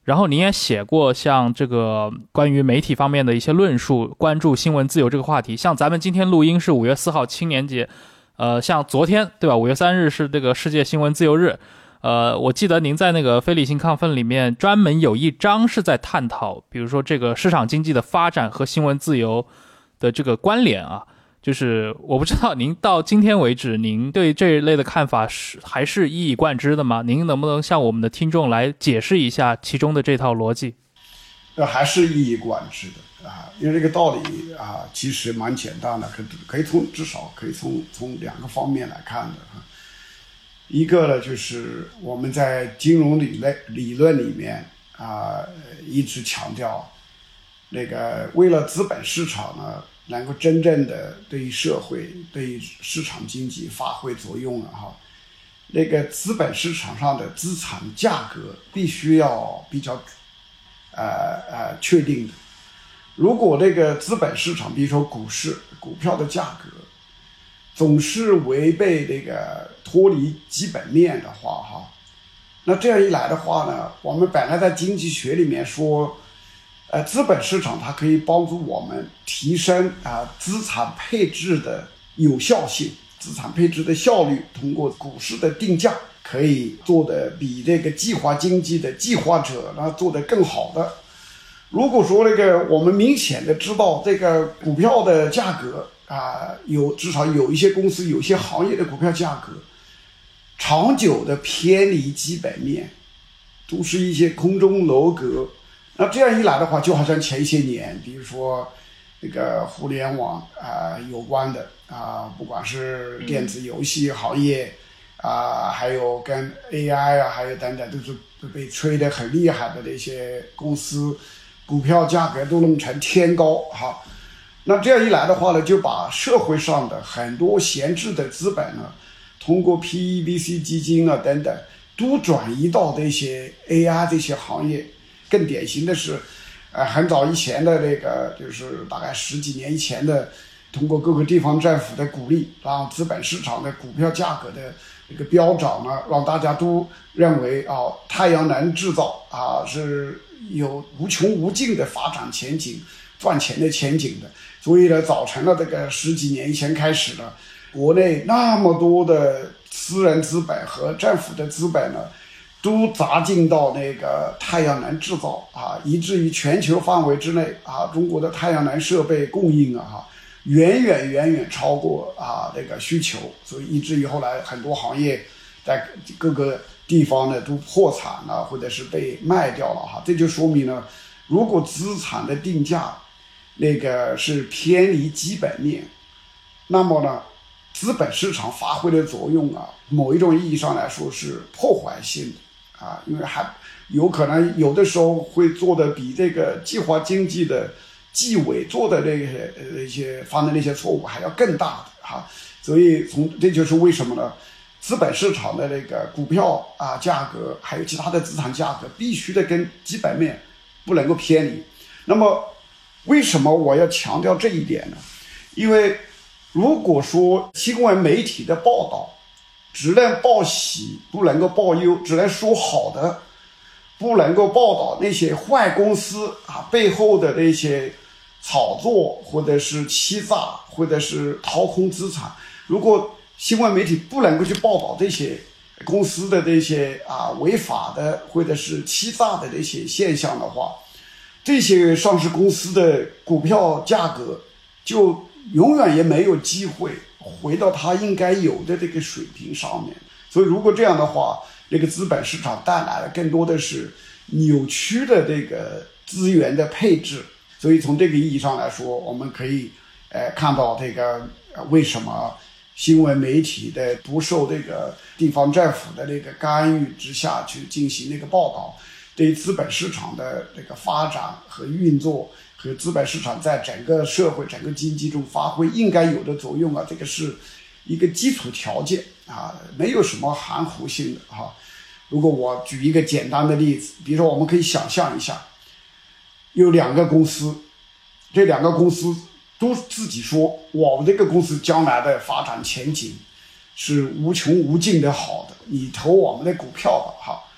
[SPEAKER 3] 然后您也写过像这个关于媒体方面的一些论述，关注新闻自由这个话题。像咱们今天录音是5月4号青年节，像昨天对吧，5月3日是这个世界新闻自由日。我记得您在那个非理性亢奋里面专门有一章是在探讨，比如说这个市场经济的发展和新闻自由的这个关联啊。就是我不知道您到今天为止，您对这一类的看法还是一以贯之的吗？您能不能向我们的听众来解释一下其中的这套逻辑？
[SPEAKER 4] 还是一以贯之的啊，因为这个道理啊，其实蛮简单的，至少可以从两个方面来看的啊。一个呢，就是我们在金融理论里面啊，一直强调那个为了资本市场呢，能够真正的对于社会、对于市场经济发挥作用了哈，那个资本市场上的资产价格必须要比较确定的。如果那个资本市场，比如说股市、股票的价格总是违背这个脱离基本面的话哈，那这样一来的话呢，我们本来在经济学里面说资本市场它可以帮助我们提升资产配置的有效性，资产配置的效率，通过股市的定价可以做得比这个计划经济的计划者呢做得更好的。如果说那个我们明显的知道这个股票的价格至少有一些公司、有一些行业的股票价格长久的偏离基本面，都是一些空中楼阁。那这样一来的话，就好像前些年，比如说那个互联网有关的不管是电子游戏行业还有跟 AI 还有等等，都是被吹得很厉害的那些公司，股票价格都弄成天高哈。那这样一来的话呢，就把社会上的很多闲置的资本呢，通过 PEVC 基金等等，都转移到这些 AI 这些行业。更典型的是很早以前的那个，就是大概10几年以前的，通过各个地方政府的鼓励，让资本市场的股票价格的这个飙涨呢，让大家都认为太阳能制造是有无穷无尽的发展前景、赚钱的前景的。所以呢，造成了这个10几年以前开始呢，国内那么多的私人资本和政府的资本呢，都砸进到那个太阳能制造以至于全球范围之内中国的太阳能设备供应远远超过这个需求，所以以至于后来很多行业在各个地方呢都破产了，或者是被卖掉了这就说明呢，如果资产的定价那个是偏离基本面，那么呢，资本市场发挥的作用某一种意义上来说是破坏性的。因为还有可能有的时候会做的比这个计划经济的纪委做的那些犯的那些错误还要更大的所以这就是为什么呢？资本市场的那个股票价格还有其他的资产价格必须得跟基本面不能够偏离。那么为什么我要强调这一点呢？因为如果说新闻媒体的报道只能报喜不能够报忧，只能说好的，不能够报道那些坏公司背后的那些炒作或者是欺诈或者是掏空资产，如果新闻媒体不能够去报道这些公司的这些违法的或者是欺诈的这些现象的话，这些上市公司的股票价格就永远也没有机会回到它应该有的这个水平上面。所以如果这样的话，这个资本市场带来的更多的是扭曲的这个资源的配置。所以从这个意义上来说，我们可以看到这个为什么新闻媒体的不受这个地方政府的那个干预之下去进行那个报道，对于资本市场的这个发展和运作和资本市场在整个社会整个经济中发挥应该有的作用这个是一个基础条件没有什么含糊性的如果我举一个简单的例子，比如说我们可以想象一下，有两个公司，这两个公司都自己说我们这个公司将来的发展前景是无穷无尽的好的，你投我们的股票吧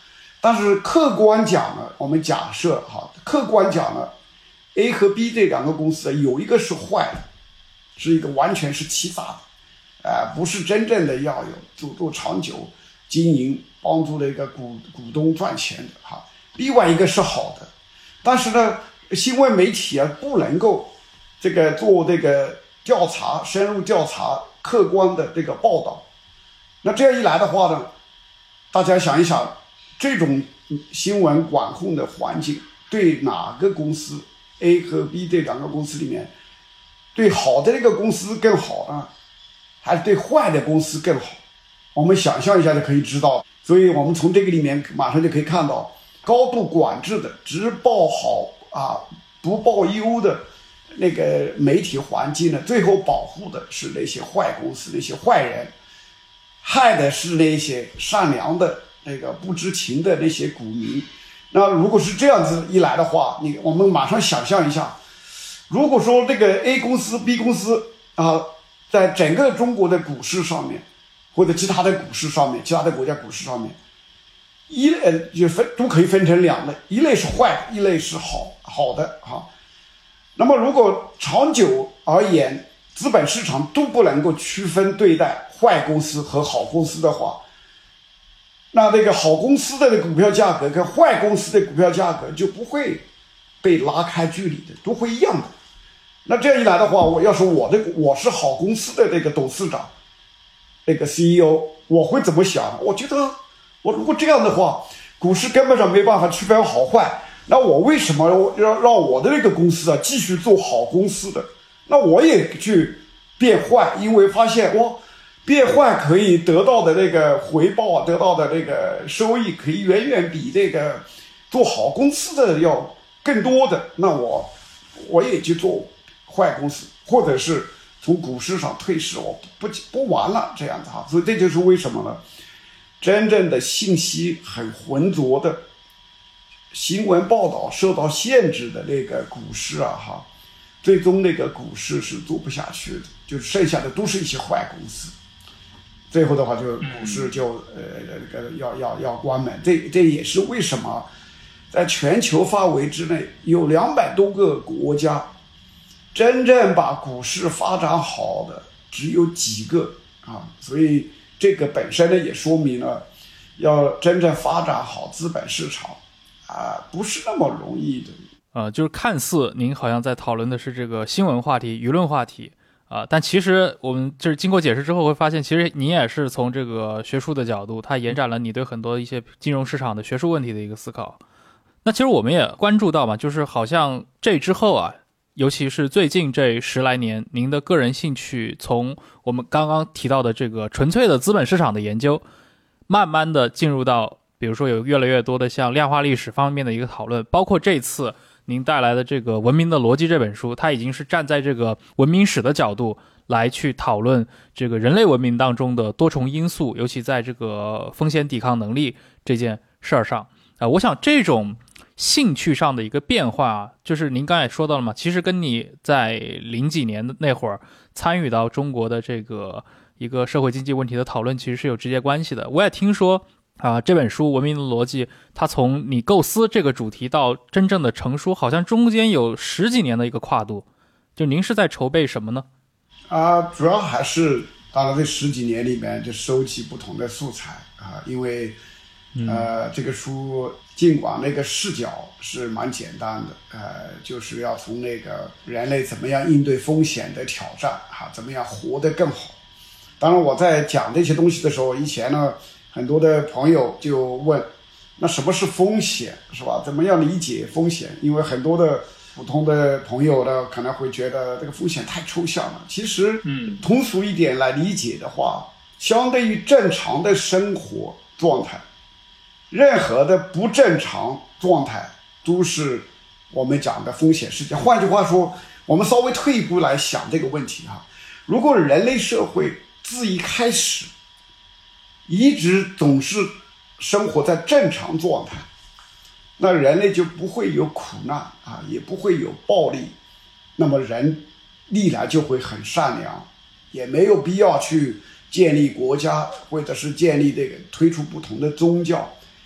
[SPEAKER 4] 但是客观讲呢，我们假设客观讲呢 A 和 B 这两个公司有一个是坏的，是一个完全是欺诈的，不是真正的要有做长久经营，帮助那个股东赚钱的另外一个是好的，但是呢，新闻媒体不能够做这个调查，深入调查，客观的这个报道。那这样一来的话呢，大家想一想，这种新闻管控的环境对哪个公司 A 和 B 这两个公司里面，对好的这个公司更好呢，还是对坏的公司更好？我们想象一下就可以知道。所以我们从这个里面马上就可以看到，高度管制的只报好不报优的那个媒体环境呢，最后保护的是那些坏公司，那些坏人，害的是那些善良的那个不知情的那些股民。那如果是这样子一来的话，我们马上想象一下，如果说这个 A 公司 B 公司在整个中国的股市上面，或者其他的股市上面，其他的国家股市上面，都可以分成两类，一类是坏的，一类是好的那么如果长久而言，资本市场都不能够区分对待坏公司和好公司的话，那这个好公司的股票价格跟坏公司的股票价格就不会被拉开距离的，都会一样的。那这样一来的话，我是好公司的这个董事长，这个 CEO， 我会怎么想？我觉得我如果这样的话，股市根本上没办法区分好坏，那我为什么要让我的这个公司继续做好公司的？那我也去变坏，因为发现变坏可以得到的那个回报，得到的那个收益可以远远比这个做好公司的要更多的，那我也去做坏公司，或者是从股市上退市，我不玩了这样子所以这就是为什么呢？真正的信息很浑浊的新闻报道受到限制的那个股市最终那个股市是做不下去的，就剩下的都是一些坏公司，最后的话就股市就要关门。这也是为什么在全球范围之内有200多个国家真正把股市发展好的只有几个所以这个本身呢也说明了要真正发展好资本市场不是那么容易的。
[SPEAKER 3] 就是看似您好像在讨论的是这个新闻话题、舆论话题但其实我们就是经过解释之后会发现，其实你也是从这个学术的角度，它延展了你对很多一些金融市场的学术问题的一个思考。那其实我们也关注到嘛，就是好像这之后尤其是最近这10来年，您的个人兴趣从我们刚刚提到的这个纯粹的资本市场的研究，慢慢的进入到比如说有越来越多的像量化历史方面的一个讨论，包括这次您带来的这个《文明的逻辑》这本书，它已经是站在这个文明史的角度来去讨论这个人类文明当中的多重因素，尤其在这个风险抵抗能力这件事儿上我想这种兴趣上的一个变化就是您刚才也说到了嘛，其实跟你在00几年的那会儿参与到中国的这个一个社会经济问题的讨论其实是有直接关系的。我也听说这本书《文明的逻辑》，它从你构思这个主题到真正的成书，好像中间有10几年的一个跨度。就您是在筹备什么呢？
[SPEAKER 4] 主要还是当然这10几年里面就收集不同的素材因为这个书尽管那个视角是蛮简单的就是要从那个人类怎么样应对风险的挑战怎么样活得更好。当然我在讲这些东西的时候，以前呢很多的朋友就问，那什么是风险，是吧？怎么样理解风险？因为很多的普通的朋友呢，可能会觉得这个风险太抽象了。其实，通俗一点来理解的话，相对于正常的生活状态，任何的不正常状态都是我们讲的风险事件。换句话说，我们稍微退一步来想这个问题如果人类社会自一开始一直总是生活在正常状态，那人类就不会有苦难也不会有暴力，那么人历来就会很善良，也没有必要去建立国家，或者是建立这个推出不同的宗教，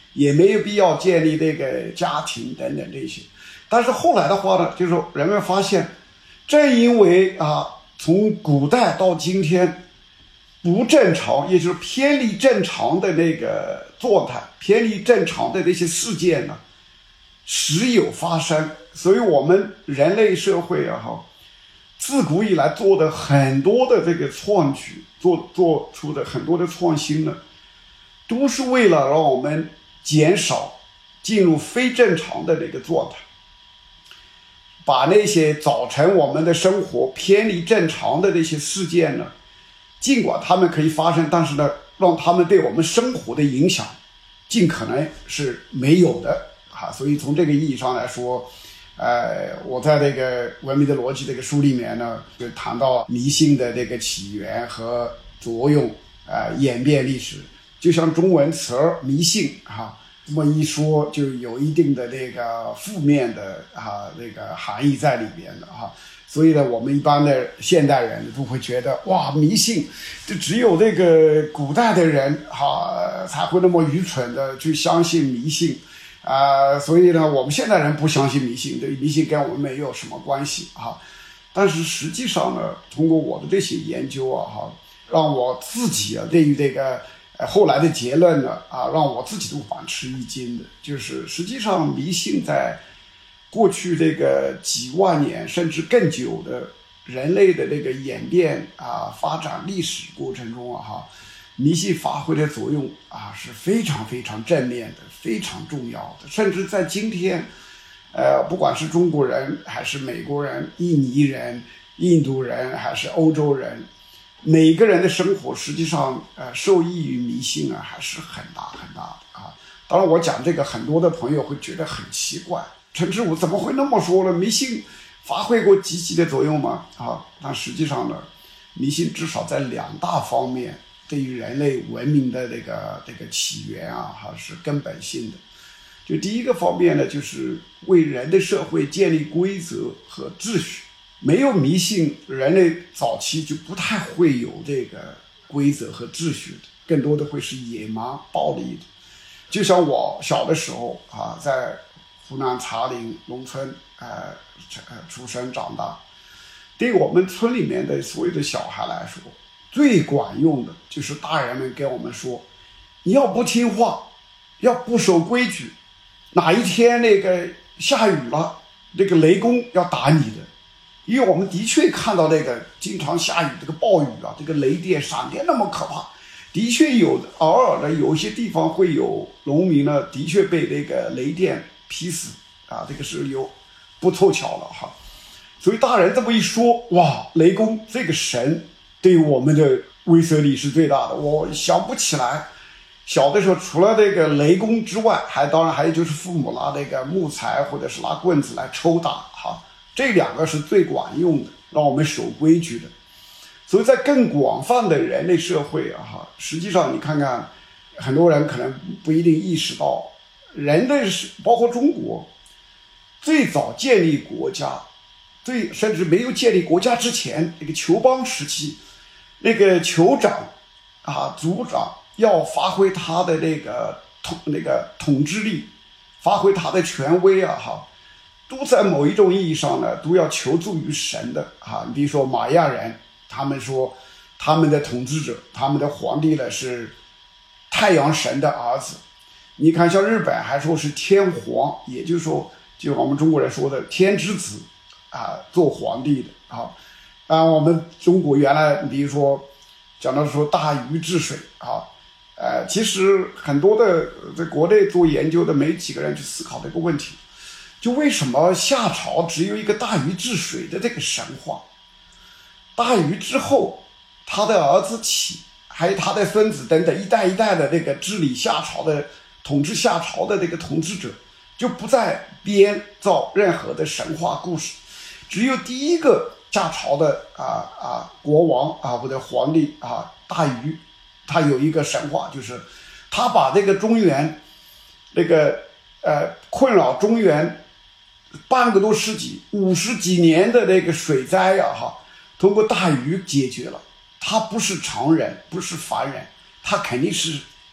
[SPEAKER 4] 也没有必要建立这个家庭等等这些。但是后来的话呢，就是人们发现，正因为从古代到今天不正常，也就是偏离正常的那个状态，偏离正常的那些事件呢，时有发生。所以我们人类社会自古以来做的很多的这个创举，做出的很多的创新呢，都是为了让我们减少进入非正常的这个状态，把那些造成我们的生活偏离正常的那些事件呢，尽管它们可以发生，但是呢，让他们对我们生活的影响尽可能是没有的所以从这个意义上来说，我在这个《文明的逻辑》这个书里面呢，就谈到迷信的这个起源和作用，演变历史。就像中文词儿迷信这么一说，就有一定的这个负面的这个含义在里边的所以呢，我们一般的现代人都会觉得哇，迷信就只有这个古代的人才会那么愚蠢的去相信迷信所以呢，我们现代人不相信迷信，对迷信跟我们没有什么关系但是实际上呢，通过我的这些研究让我自己对于这个后来的结论呢让我自己都反吃一惊的，就是实际上迷信在过去这个几万年甚至更久的人类的这个演变发展历史过程中迷信发挥的作用是非常非常正面的，非常重要的。甚至在今天不管是中国人还是美国人、印尼人、印度人还是欧洲人，每个人的生活实际上受益于迷信还是很大很大的当然我讲这个，很多的朋友会觉得很奇怪，陈志武怎么会那么说呢？迷信发挥过积极的作用吗？但实际上呢，迷信至少在2大方面对于人类文明的这个起源是根本性的。就第一个方面呢，就是为人的社会建立规则和秩序。没有迷信，人类早期就不太会有这个规则和秩序的，更多的会是野蛮暴力的。就像我小的时候在湖南茶陵农村出生长大，对我们村里面的所有的小孩来说，最管用的就是大人们跟我们说，你要不听话，要不守规矩，哪一天那个下雨了，那个雷公要打你的。因为我们的确看到这个经常下雨，这个暴雨这个雷电闪电那么可怕，的确有偶尔的有些地方会有农民呢，的确被这个雷电劈死这个是有不凑巧了所以大人这么一说，哇，雷公这个神对我们的威慑力是最大的。我想不起来小的时候除了这个雷公之外，当然还有就是父母拿这个木材或者是拿棍子来抽打这2个是最管用的，让我们守规矩的。所以在更广泛的人类社会实际上你看看，很多人可能不一定意识到，人类包括中国最早建立国家，甚至没有建立国家之前，那个酋邦时期，那个酋长族长要发挥他的那个统治力，发挥他的权威都在某一种意义上呢，都要求助于神的你比如说玛雅人，他们说他们的统治者，他们的皇帝呢是太阳神的儿子。你看像日本还说是天皇，也就是说就我们中国人说的天之子做皇帝的我们中国原来比如说讲到说大禹治水其实很多的在国内做研究的没几个人去思考这个问题，就为什么夏朝只有一个大禹治水的这个神话，大禹之后他的儿子启还有他的孙子等等一代一代的这个治理夏朝的统治夏朝的这个统治者就不再编造任何的神话故事，只有第一个夏朝的国王或者皇帝大禹，他有一个神话，就是他把这个中原那个困扰中原半个多世纪50几年的那个水灾通过大禹解决了。他不是常人，不是凡人，他肯定是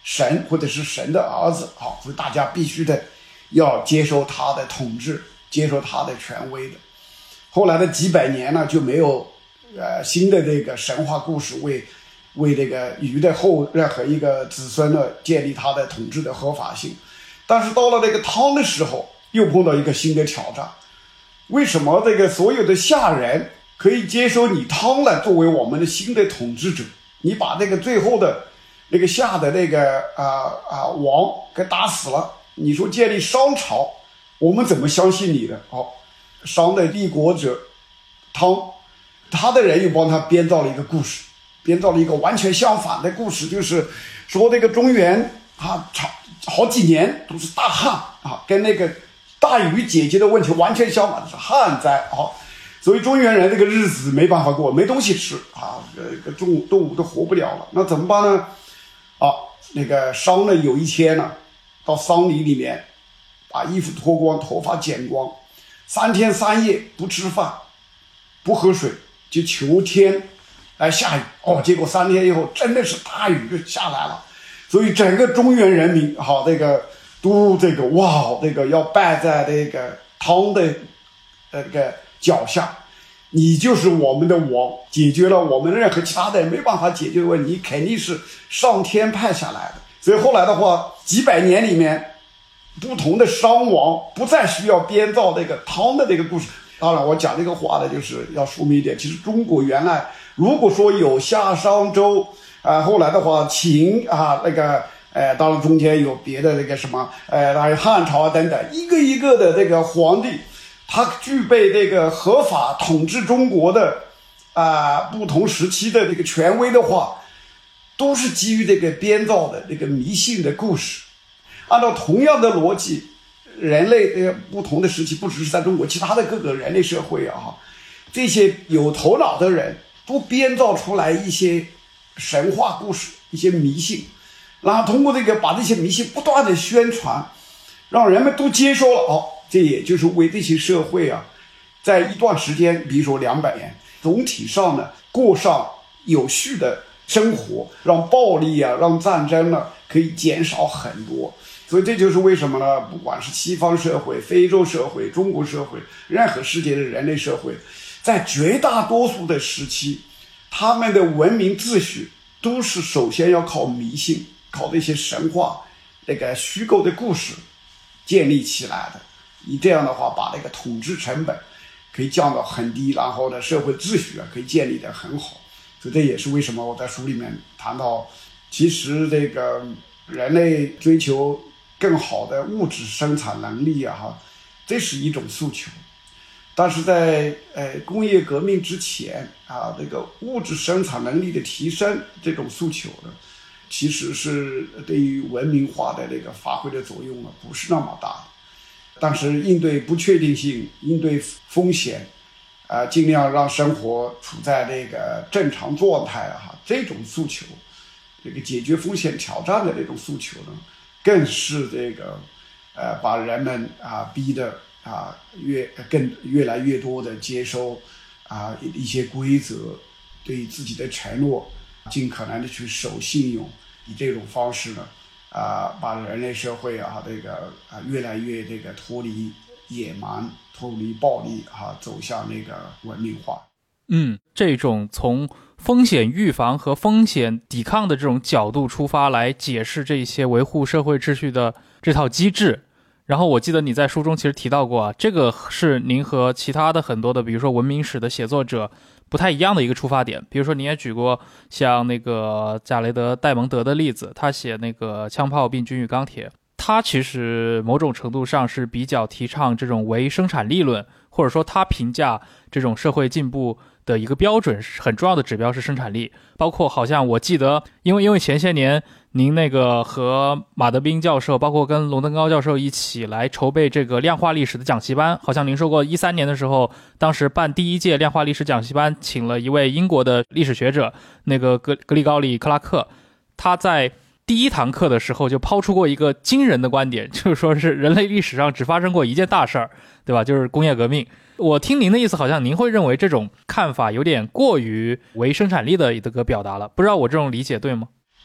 [SPEAKER 4] 神或者是神的儿子，好，所以大家必须的要接受他的统治，接受他的权威的。后来的几百年呢，就没有新的这个神话故事为这个禹的任何一个子孙呢建立他的统治的合法性。但是到了这个汤的时候，又碰到一个新的挑战。为什么这个所有的夏人可以接受你汤来作为我们的新的统治者？你把这个最后的那个夏的那个王给打死了，你说建立商朝，我们怎么相信你的？商的立国者汤，他的人又帮他编造了一个故事，编造了一个完全相反的故事，就是说这个中原好几年都是大旱跟那个大禹解决的问题完全相反的是旱灾所以中原人这个日子没办法过，没东西吃动物都活不了了。那怎么办呢？那个商呢，有一天呢，到桑林里面把衣服脱光，头发剪光，3天3夜不吃饭不喝水，就求天来下雨结果3天以后真的是大雨就下来了。所以整个中原人民这个都这个要拜在这个汤的这个脚下，你就是我们的王，解决了我们任何其他的人没办法解决的问题，你肯定是上天派下来的。所以后来的话，几百年里面不同的商王不再需要编造这个汤的这个故事。当然我讲这个话的就是要说明一点，其实中国原来如果说有夏商周后来的话秦那个当然中间有别的那个什么还有汉朝等等，一个一个的这个皇帝他具备这个合法统治中国的不同时期的这个权威的话，都是基于这个编造的这个迷信的故事。按照同样的逻辑，人类不同的时期，不只是在中国，其他的各个人类社会这些有头脑的人都编造出来一些神话故事，一些迷信，然后通过这个把这些迷信不断的宣传，让人们都接受了这也就是为这些社会在一段时间，比如说200年，总体上呢过上有序的生活，让暴力让战争呢可以减少很多。所以这就是为什么呢，不管是西方社会、非洲社会、中国社会，任何世界的人类社会，在绝大多数的时期，他们的文明秩序都是首先要靠迷信，靠这些神话这个虚构的故事建立起来的。你这样的话把那个统治成本可以降到很低，然后呢社会秩序可以建立得很好。所以这也是为什么我在书里面谈到，其实这个人类追求更好的物质生产能力这是一种诉求。但是在工业革命之前这个物质生产能力的提升这种诉求呢，其实是对于文明化的这个发挥的作用不是那么大的。但是应对不确定性，应对风险尽量让生活处在这个正常状态这种诉求，这个解决风险挑战的这种诉求呢，更是这个把人们逼得越来越多的接收一些规则，对自己的承诺尽可能的去守信用，以这种方式呢把人类社会这个越来越这个脱离野蛮，脱离暴力走向那个文明化。
[SPEAKER 3] 这种从风险预防和风险抵抗的这种角度出发来解释这些维护社会秩序的这套机制。然后我记得你在书中其实提到过这个是您和其他的很多的比如说文明史的写作者不太一样的一个出发点。比如说你也举过像那个贾雷德·戴蒙德的例子，他写那个枪炮、病菌与钢铁，他其实某种程度上是比较提倡这种唯生产力论，或者说他评价这种社会进步的一个标准，很重要的指标是生产力。包括好像我记得因为前些年您那个和马德斌教授包括跟龙登高教授一起来筹备这个量化历史的讲习班，好像您说过13年的时候，当时办第一届量化历史讲习班，请了一位英国的历史学者那个格里高里·克拉克，他在第一堂课的时候就抛出过一个惊人的观点，就是说是人类历史上只发生过一件大事儿，对吧？就是工业革命。我听您的意思好像您会认为这种看法有点过于唯生产力的一个表达了，不知道我这种理解对吗？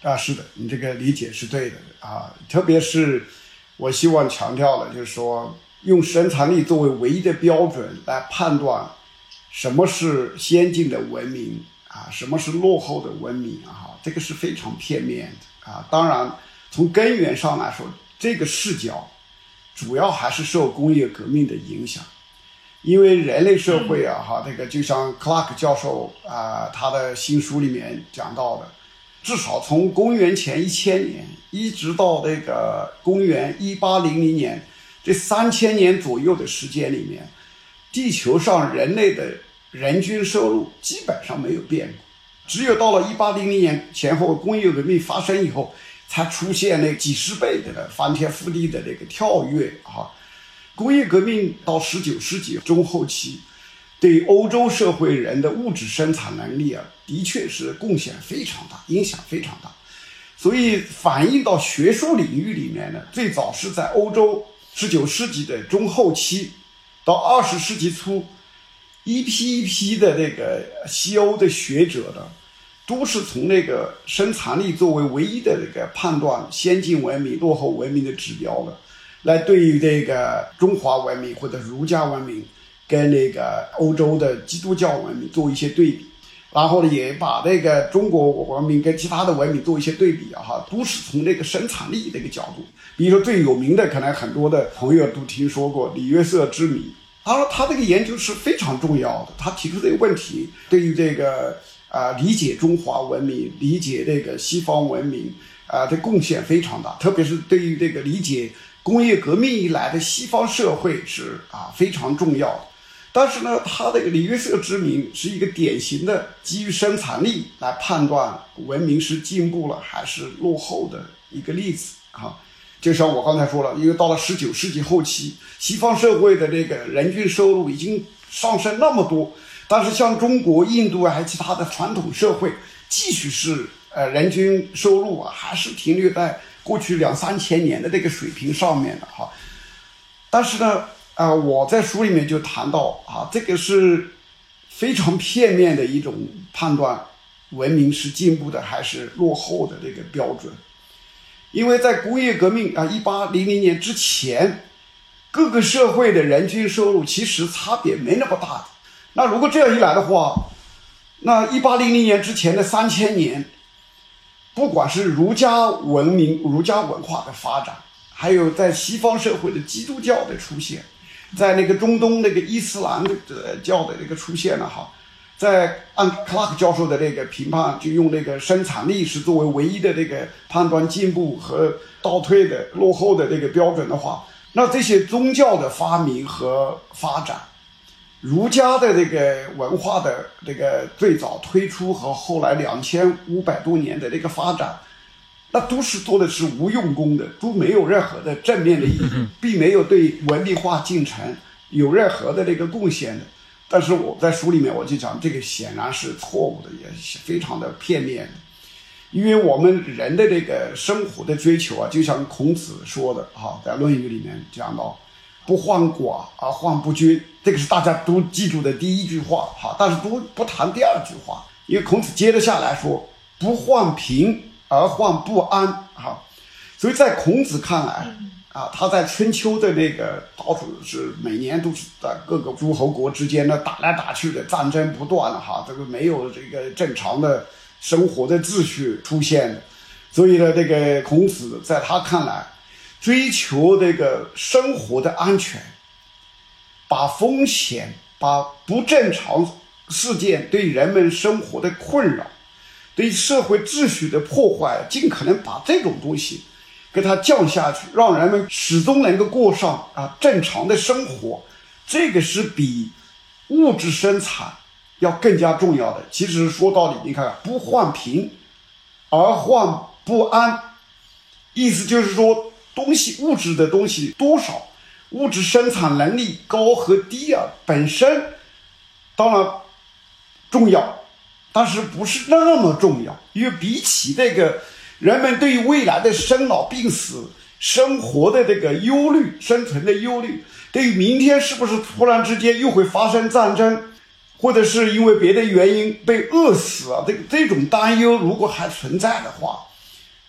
[SPEAKER 4] 是的，你这个理解是对的啊。特别是我希望强调的，就是说用生产力作为唯一的标准来判断什么是先进的文明啊，什么是落后的文明啊，这个是非常片面的啊。当然，从根源上来说，这个视角主要还是受工业革命的影响。因为人类社会这个就像 Clark 教授他的新书里面讲到的，至少从公元前1000年一直到那个公元1800年这3000年左右的时间里面，地球上人类的人均收入基本上没有变过，只有到了1800年前后工业革命发生以后，才出现那几十倍的翻天覆地的那个跳跃工业革命到19世纪中后期，对欧洲社会人的物质生产能力的确是贡献非常大，影响非常大。所以反映到学术领域里面呢，最早是在欧洲19世纪的中后期到20世纪初，一批的那个西欧的学者呢，都是从那个生产力作为唯一的那个判断先进文明落后文明的指标的，来对于这个中华文明或者儒家文明跟那个欧洲的基督教文明做一些对比，然后呢也把这个中国文明跟其他的文明做一些对比都是从那个生产力这个角度。比如说最有名的，可能很多的朋友都听说过李约瑟之谜，当然他这个研究是非常重要的，他提出这个问题对于这个理解中华文明，理解这个西方文明的贡献非常大，特别是对于这个理解工业革命以来的西方社会是非常重要的。但是呢，他这个李约瑟之谜是一个典型的基于生产力来判断文明是进步了还是落后的一个例子就像我刚才说了，因为到了19世纪后期，西方社会的这个人均收入已经上升那么多，但是像中国、印度还有其他的传统社会，继续是人均收入还是停留在过去2-3千年的这个水平上面的但是呢我在书里面就谈到这个是非常片面的一种判断文明是进步的还是落后的这个标准。因为在工业革命1800年之前，各个社会的人均收入其实差别没那么大的。那如果这样一来的话，那1800年之前的3000年，不管是儒家文明、儒家文化的发展，还有在西方社会的基督教的出现，在那个中东那个伊斯兰的教的这个出现在按克拉克教授的这个评判，就用这个生产力是作为唯一的这个判断进步和倒退的落后的这个标准的话，那这些宗教的发明和发展，儒家的这个文化的这个最早推出和后来2500多年的这个发展，那都是做的是无用功的，都没有任何的正面的意义，并没有对文明化进程有任何的这个贡献的。但是我在书里面我就讲，这个显然是错误的，也是非常的片面的。因为我们人的这个生活的追求就像孔子说的在《论语》里面讲到，不患寡而患不均，这个是大家都记住的第一句话但是都不谈第二句话，因为孔子接着下来说，不患贫而患不安所以在孔子看来他在春秋的那个到处是每年都是在各个诸侯国之间打来打去的，战争不断这个没有这个正常的生活的秩序出现的。所以呢，这个孔子在他看来，追求这个生活的安全，把风险、把不正常事件对人们生活的困扰、对社会秩序的破坏，尽可能把这种东西给它降下去，让人们始终能够过上正常的生活，这个是比物质生产要更加重要的。其实说到底，你看不患贫而患不安，意思就是说物质的东西多少，物质生产能力高和低本身当然重要，但是不是那么重要。因为比起这个人们对于未来的生老病死、生活的这个忧虑、生存的忧虑，对于明天是不是突然之间又会发生战争，或者是因为别的原因被饿死这种担忧如果还存在的话，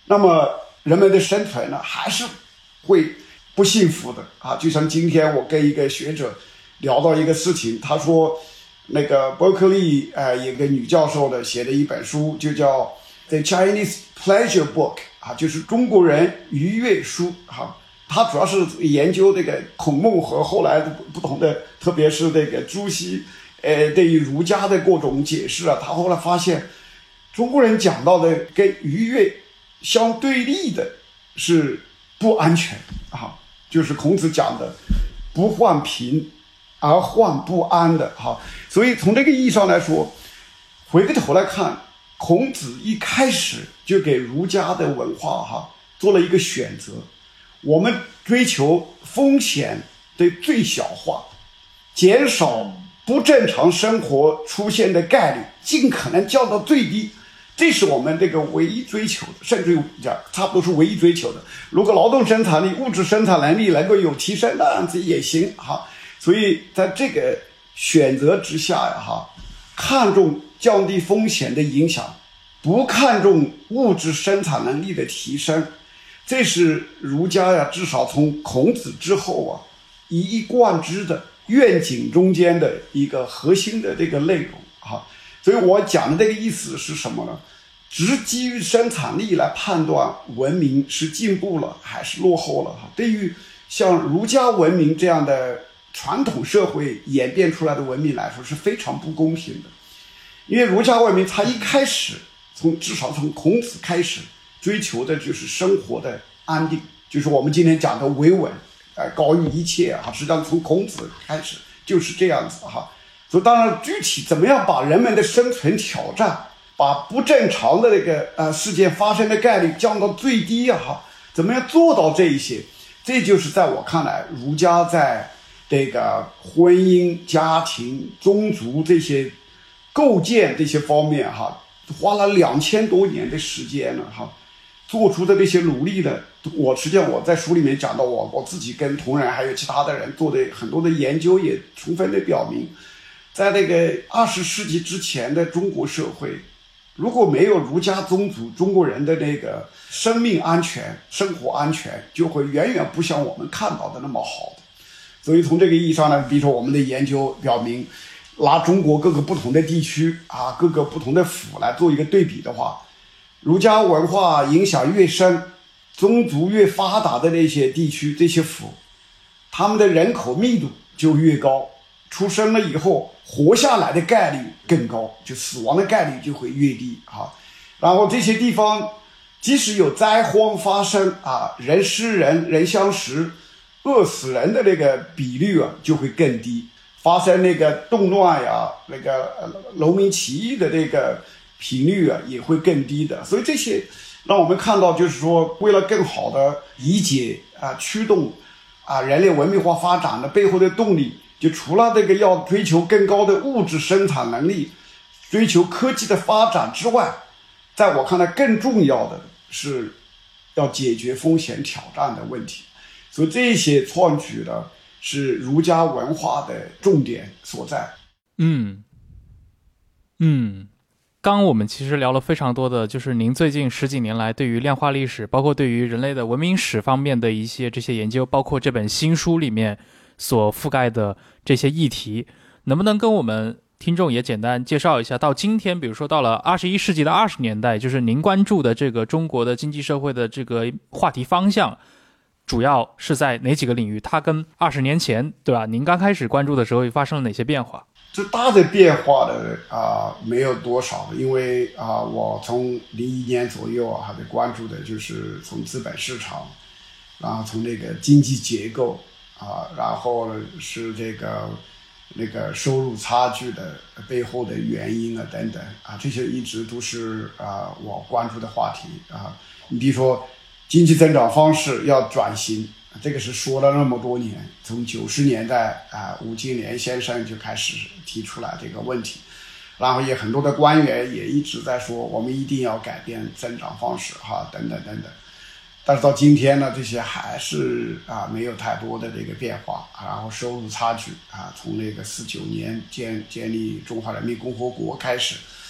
[SPEAKER 4] 那么人们的生存呢还是会不幸福的啊。就像今天我跟一个学者聊到一个事情，他说那个伯克利有个女教授的写的一本书，就叫 The Chinese Pleasure Book 啊，就是中国人愉悦书哈。他主要是研究这个孔孟和后来不同的，特别是这个朱熹对于儒家的各种解释啊，他后来发现中国人讲到的跟愉悦相对立的是不安全啊，就是孔子讲的不患贫而患不安的哈。所以从这个意义上来说，回过头来看，孔子一开始就给儒家的文化哈做了一个选择，我们追求风险的最小化，减少不正常生活出现的概率，尽可能降到最低，这是我们这个唯一追求的，甚至于讲差不多是唯一追求的。如果劳动生产力、物质生产能力能够有提升，那样子也行哈。所以在这个选择之下哈，看重降低风险的影响，不看重物质生产能力的提升，这是儒家呀，至少从孔子之后啊，一以贯之的愿景中间的一个核心的这个内容啊。所以我讲的这个意思是什么呢？只基于生产力来判断文明是进步了还是落后了哈。对于像儒家文明这样的传统社会演变出来的文明来说是非常不公平的，因为儒家文明它一开始至少从孔子开始追求的就是生活的安定，就是我们今天讲的维稳，高于一切啊。实际上从孔子开始就是这样子哈。所以当然具体怎么样把人们的生存挑战，把不正常的那个事件发生的概率降到最低啊哈，怎么样做到这一些，这就是在我看来儒家在这个婚姻、家庭、宗族这些构建这些方面哈，花了2000多年的时间了哈，做出的这些努力的，实际上我在书里面讲到我自己跟同仁还有其他的人做的很多的研究，也充分的表明，在这个20世纪之前的中国社会，如果没有儒家宗族，中国人的那个生命安全、生活安全就会远远不像我们看到的那么好的。所以从这个意义上呢，比如说我们的研究表明，拿中国各个不同的地区啊，各个不同的府来做一个对比的话，儒家文化影响越深，宗族越发达的那些地区、这些府，他们的人口密度就越高，出生了以后活下来的概率更高，就死亡的概率就会越低啊。然后这些地方即使有灾荒发生啊，人吃人、人相食、饿死人的那个比率啊就会更低，发生那个动乱呀、那个农民起义的那个频率啊也会更低的。所以这些让我们看到，就是说为了更好的理解驱动人类文明化发展的背后的动力，就除了这个要追求更高的物质生产能力，追求科技的发展之外，在我看来更重要的是要解决风险挑战的问题。所以这些创举呢，是儒家文化的重点所在。
[SPEAKER 3] 刚刚我们其实聊了非常多的，就是您最近10几年来对于量化历史，包括对于人类的文明史方面的一些这些研究，包括这本新书里面所覆盖的这些议题，能不能跟我们听众也简单介绍一下，到今天比如说到了21世纪的20年代，就是您关注的这个中国的经济社会的这个话题方向主要是在哪几个领域？它跟20年前，对吧？您刚开始关注的时候发生了哪些变化？
[SPEAKER 4] 这大的变化的没有多少的，因为我从01年左右还得关注的就是从资本市场，然后从那个经济结构然后是这个那个收入差距的背后的原因等等这些一直都是我关注的话题你比如说经济增长方式要转型，这个是说了那么多年，从90年代吴金莲先生就开始提出来这个问题，然后也很多的官员也一直在说我们一定要改变增长方式等等等等。但是到今天呢，这些还是没有太多的这个变化然后收入差距从那个49年建立中华人民共和国开始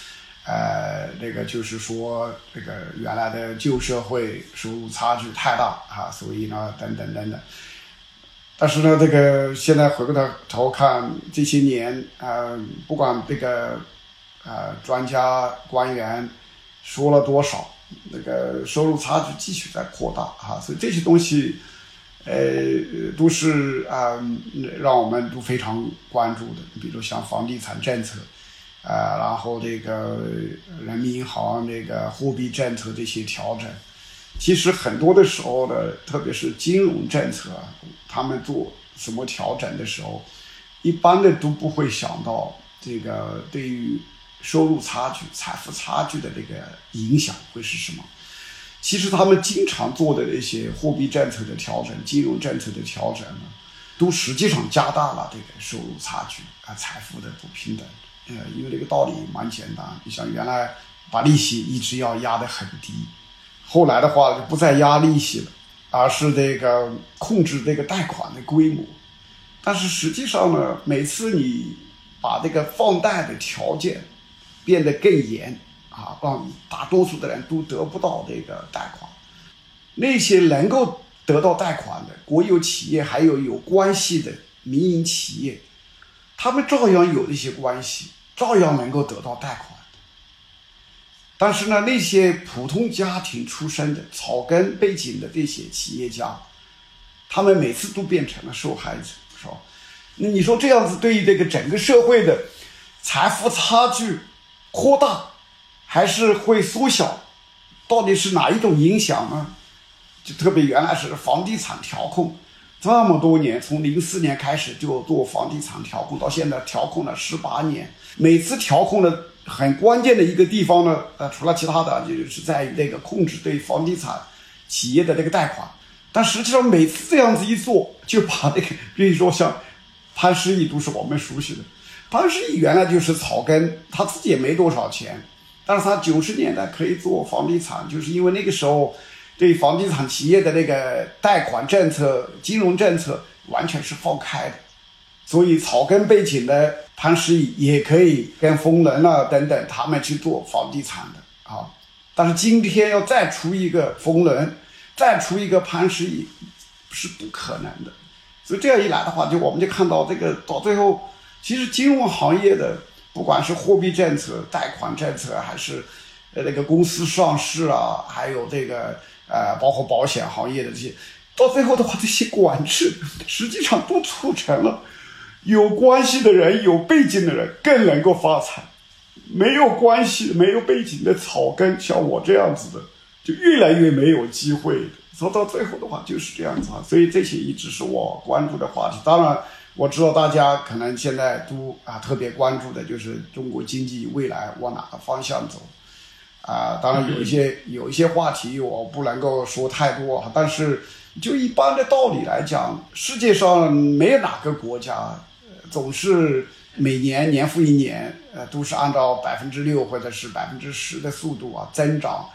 [SPEAKER 4] 这个就是说这个原来的旧社会收入差距太大啊，所以呢等等等等。但是呢，这个现在回过头看这些年，不管这个专家官员说了多少，那个收入差距继续在扩大啊，所以这些东西，都是让我们都非常关注的。比如像房地产政策，然后这个人民银行这个货币政策这些调整。其实很多的时候呢，特别是金融政策他们做什么调整的时候，一般的都不会想到这个对于收入差距、财富差距的这个影响会是什么。其实他们经常做的那些货币政策的调整、金融政策的调整呢，都实际上加大了这个收入差距财富的不平等。因为这个道理蛮简单，你像原来把利息一直要压得很低。后来的话就不再压利息了，而是这个控制这个贷款的规模。但是实际上呢，每次你把这个放贷的条件变得更严让大多数的人都得不到这个贷款，那些能够得到贷款的国有企业还有关系的民营企业，他们照样有一些关系，照样能够得到贷款。但是呢，那些普通家庭出身的草根背景的这些企业家，他们每次都变成了受害者，是吧？那你说这样子对于这个整个社会的财富差距扩大还是会缩小，到底是哪一种影响呢？就特别原来是房地产调控，这么多年，从04年开始就做房地产调控，到现在调控了18年，每次调控的很关键的一个地方呢，除了其他的，就是在于这个控制对房地产企业的这个贷款。但实际上每次这样子一做，就把这个，比如说像潘石屹都是我们熟悉的。潘石屹原来就是草根，他自己也没多少钱，但是他90年代可以做房地产，就是因为那个时候对房地产企业的那个贷款政策、金融政策完全是放开的。所以草根背景的潘石屹也可以跟冯仑等等他们去做房地产的但是今天要再出一个冯仑，再出一个潘石屹是不可能的。所以这样一来的话，我们就看到这个到最后，其实金融行业的不管是货币政策、贷款政策，还是那个公司上市还有这个包括保险行业的这些，到最后的话，这些管制实际上都促成了有关系的人、有背景的人更能够发财，没有关系、没有背景的草根，像我这样子的，就越来越没有机会的。所以到最后的话就是这样子所以这些一直是我关注的话题。当然，我知道大家可能现在都特别关注的就是中国经济未来往哪个方向走当然有一些话题我不能够说太多但是就一般的道理来讲，世界上没有哪个国家总是每年年复一年都是按照6%或者是10%的速度增长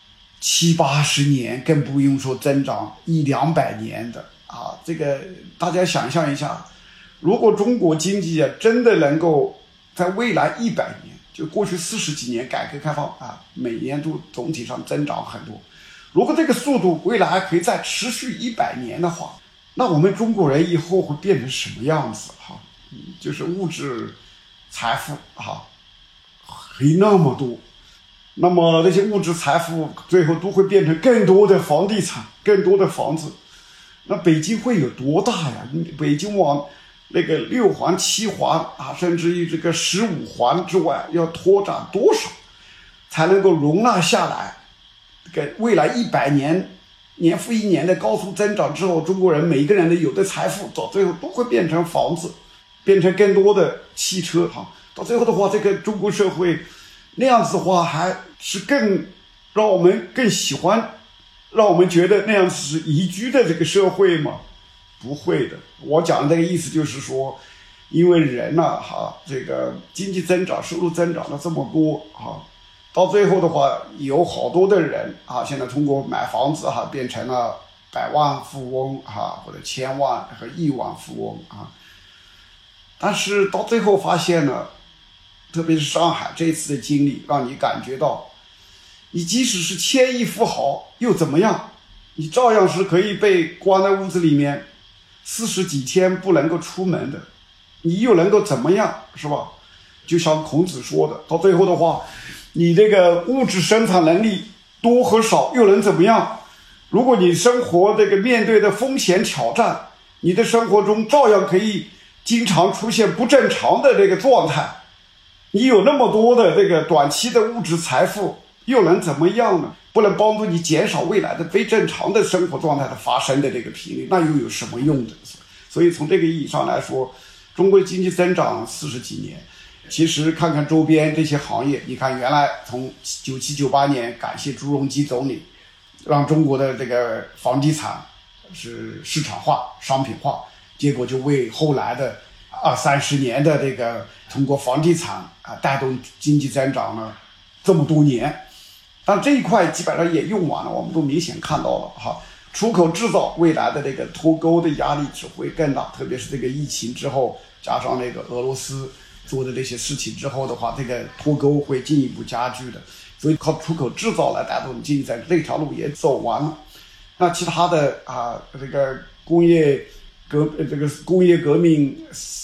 [SPEAKER 4] 70-80年，更不用说增长100-200年的这个大家想象一下，如果中国经济真的能够在未来100年，就过去40几年改革开放每年都总体上增长很多，如果这个速度未来还可以再持续100年的话，那我们中国人以后会变成什么样子就是物质财富可以那么多，那么那些物质财富最后都会变成更多的房地产、更多的房子。那北京会有多大呀？北京往那个6环、7环甚至于这个15环之外，要拓展多少才能够容纳下来这个未来100年年复一年的高速增长之后，中国人每一个人的有的财富到最后都会变成房子，变成更多的汽车到最后的话，这个中国社会那样子的话，还是更让我们更喜欢，让我们觉得那样子是宜居的这个社会吗？不会的。我讲的这个意思就是说，因为人这个经济增长、收入增长了这么多到最后的话，有好多的人现在通过买房子变成了100万富翁或者1000万和亿万富翁但是到最后发现呢， 特别是上海这次的经历，让你感觉到，你即使是千亿富豪又怎么样？你照样是可以被关在屋子里面40几天不能够出门的，你又能够怎么样，是吧？就像孔子说的，到最后的话，你这个物质生产能力多和少又能怎么样？如果你生活这个面对的风险挑战，你的生活中照样可以经常出现不正常的这个状态。你有那么多的这个短期的物质财富又能怎么样呢？不能帮助你减少未来的非正常的生活状态的发生的这个频率，那又有什么用的？所以从这个意义上来说，中国的经济增长40几年，其实看看周边这些行业，你看原来从97、98年，感谢朱镕基总理，让中国的这个房地产是市场化、商品化，结果就为后来的20-30年的这个通过房地产带动经济增长了这么多年。但这一块基本上也用完了，我们都明显看到了哈。出口制造未来的这个脱钩的压力只会更大，特别是这个疫情之后，加上那个俄罗斯做的这些事情之后的话，这个脱钩会进一步加剧的。所以靠出口制造来带动经济增长，这条路也走完了。那其他的这个工业革命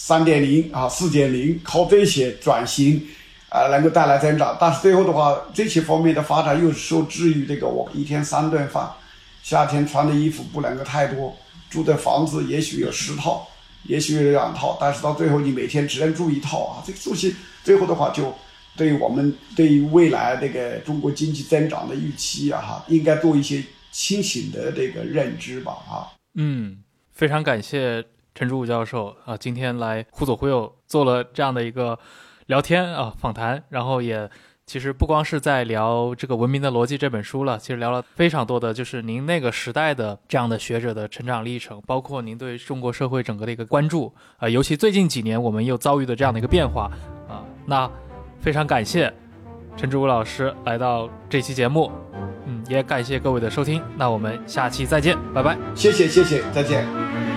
[SPEAKER 4] 3.0 4.0，靠这些转型能够带来增长，但是最后的话，这些方面的发展又受制于这个我一天3顿饭，夏天穿的衣服不能够太多，住的房子也许有10套，也许有2套，但是到最后你每天只能住1套这个东西最后的话就对于我们对于未来这个中国经济增长的预期应该做一些清醒的这个认知吧
[SPEAKER 3] 非常感谢陈竹武教授今天来忽左忽右做了这样的一个聊天访谈，然后也其实不光是在聊这个《文明的逻辑》这本书了，其实聊了非常多的就是您那个时代的这样的学者的成长历程，包括您对中国社会整个的一个关注尤其最近几年我们又遭遇的这样的一个变化那非常感谢陈竹武老师来到这期节目也感谢各位的收听，那我们下期再见，拜拜。
[SPEAKER 4] 谢谢，再见。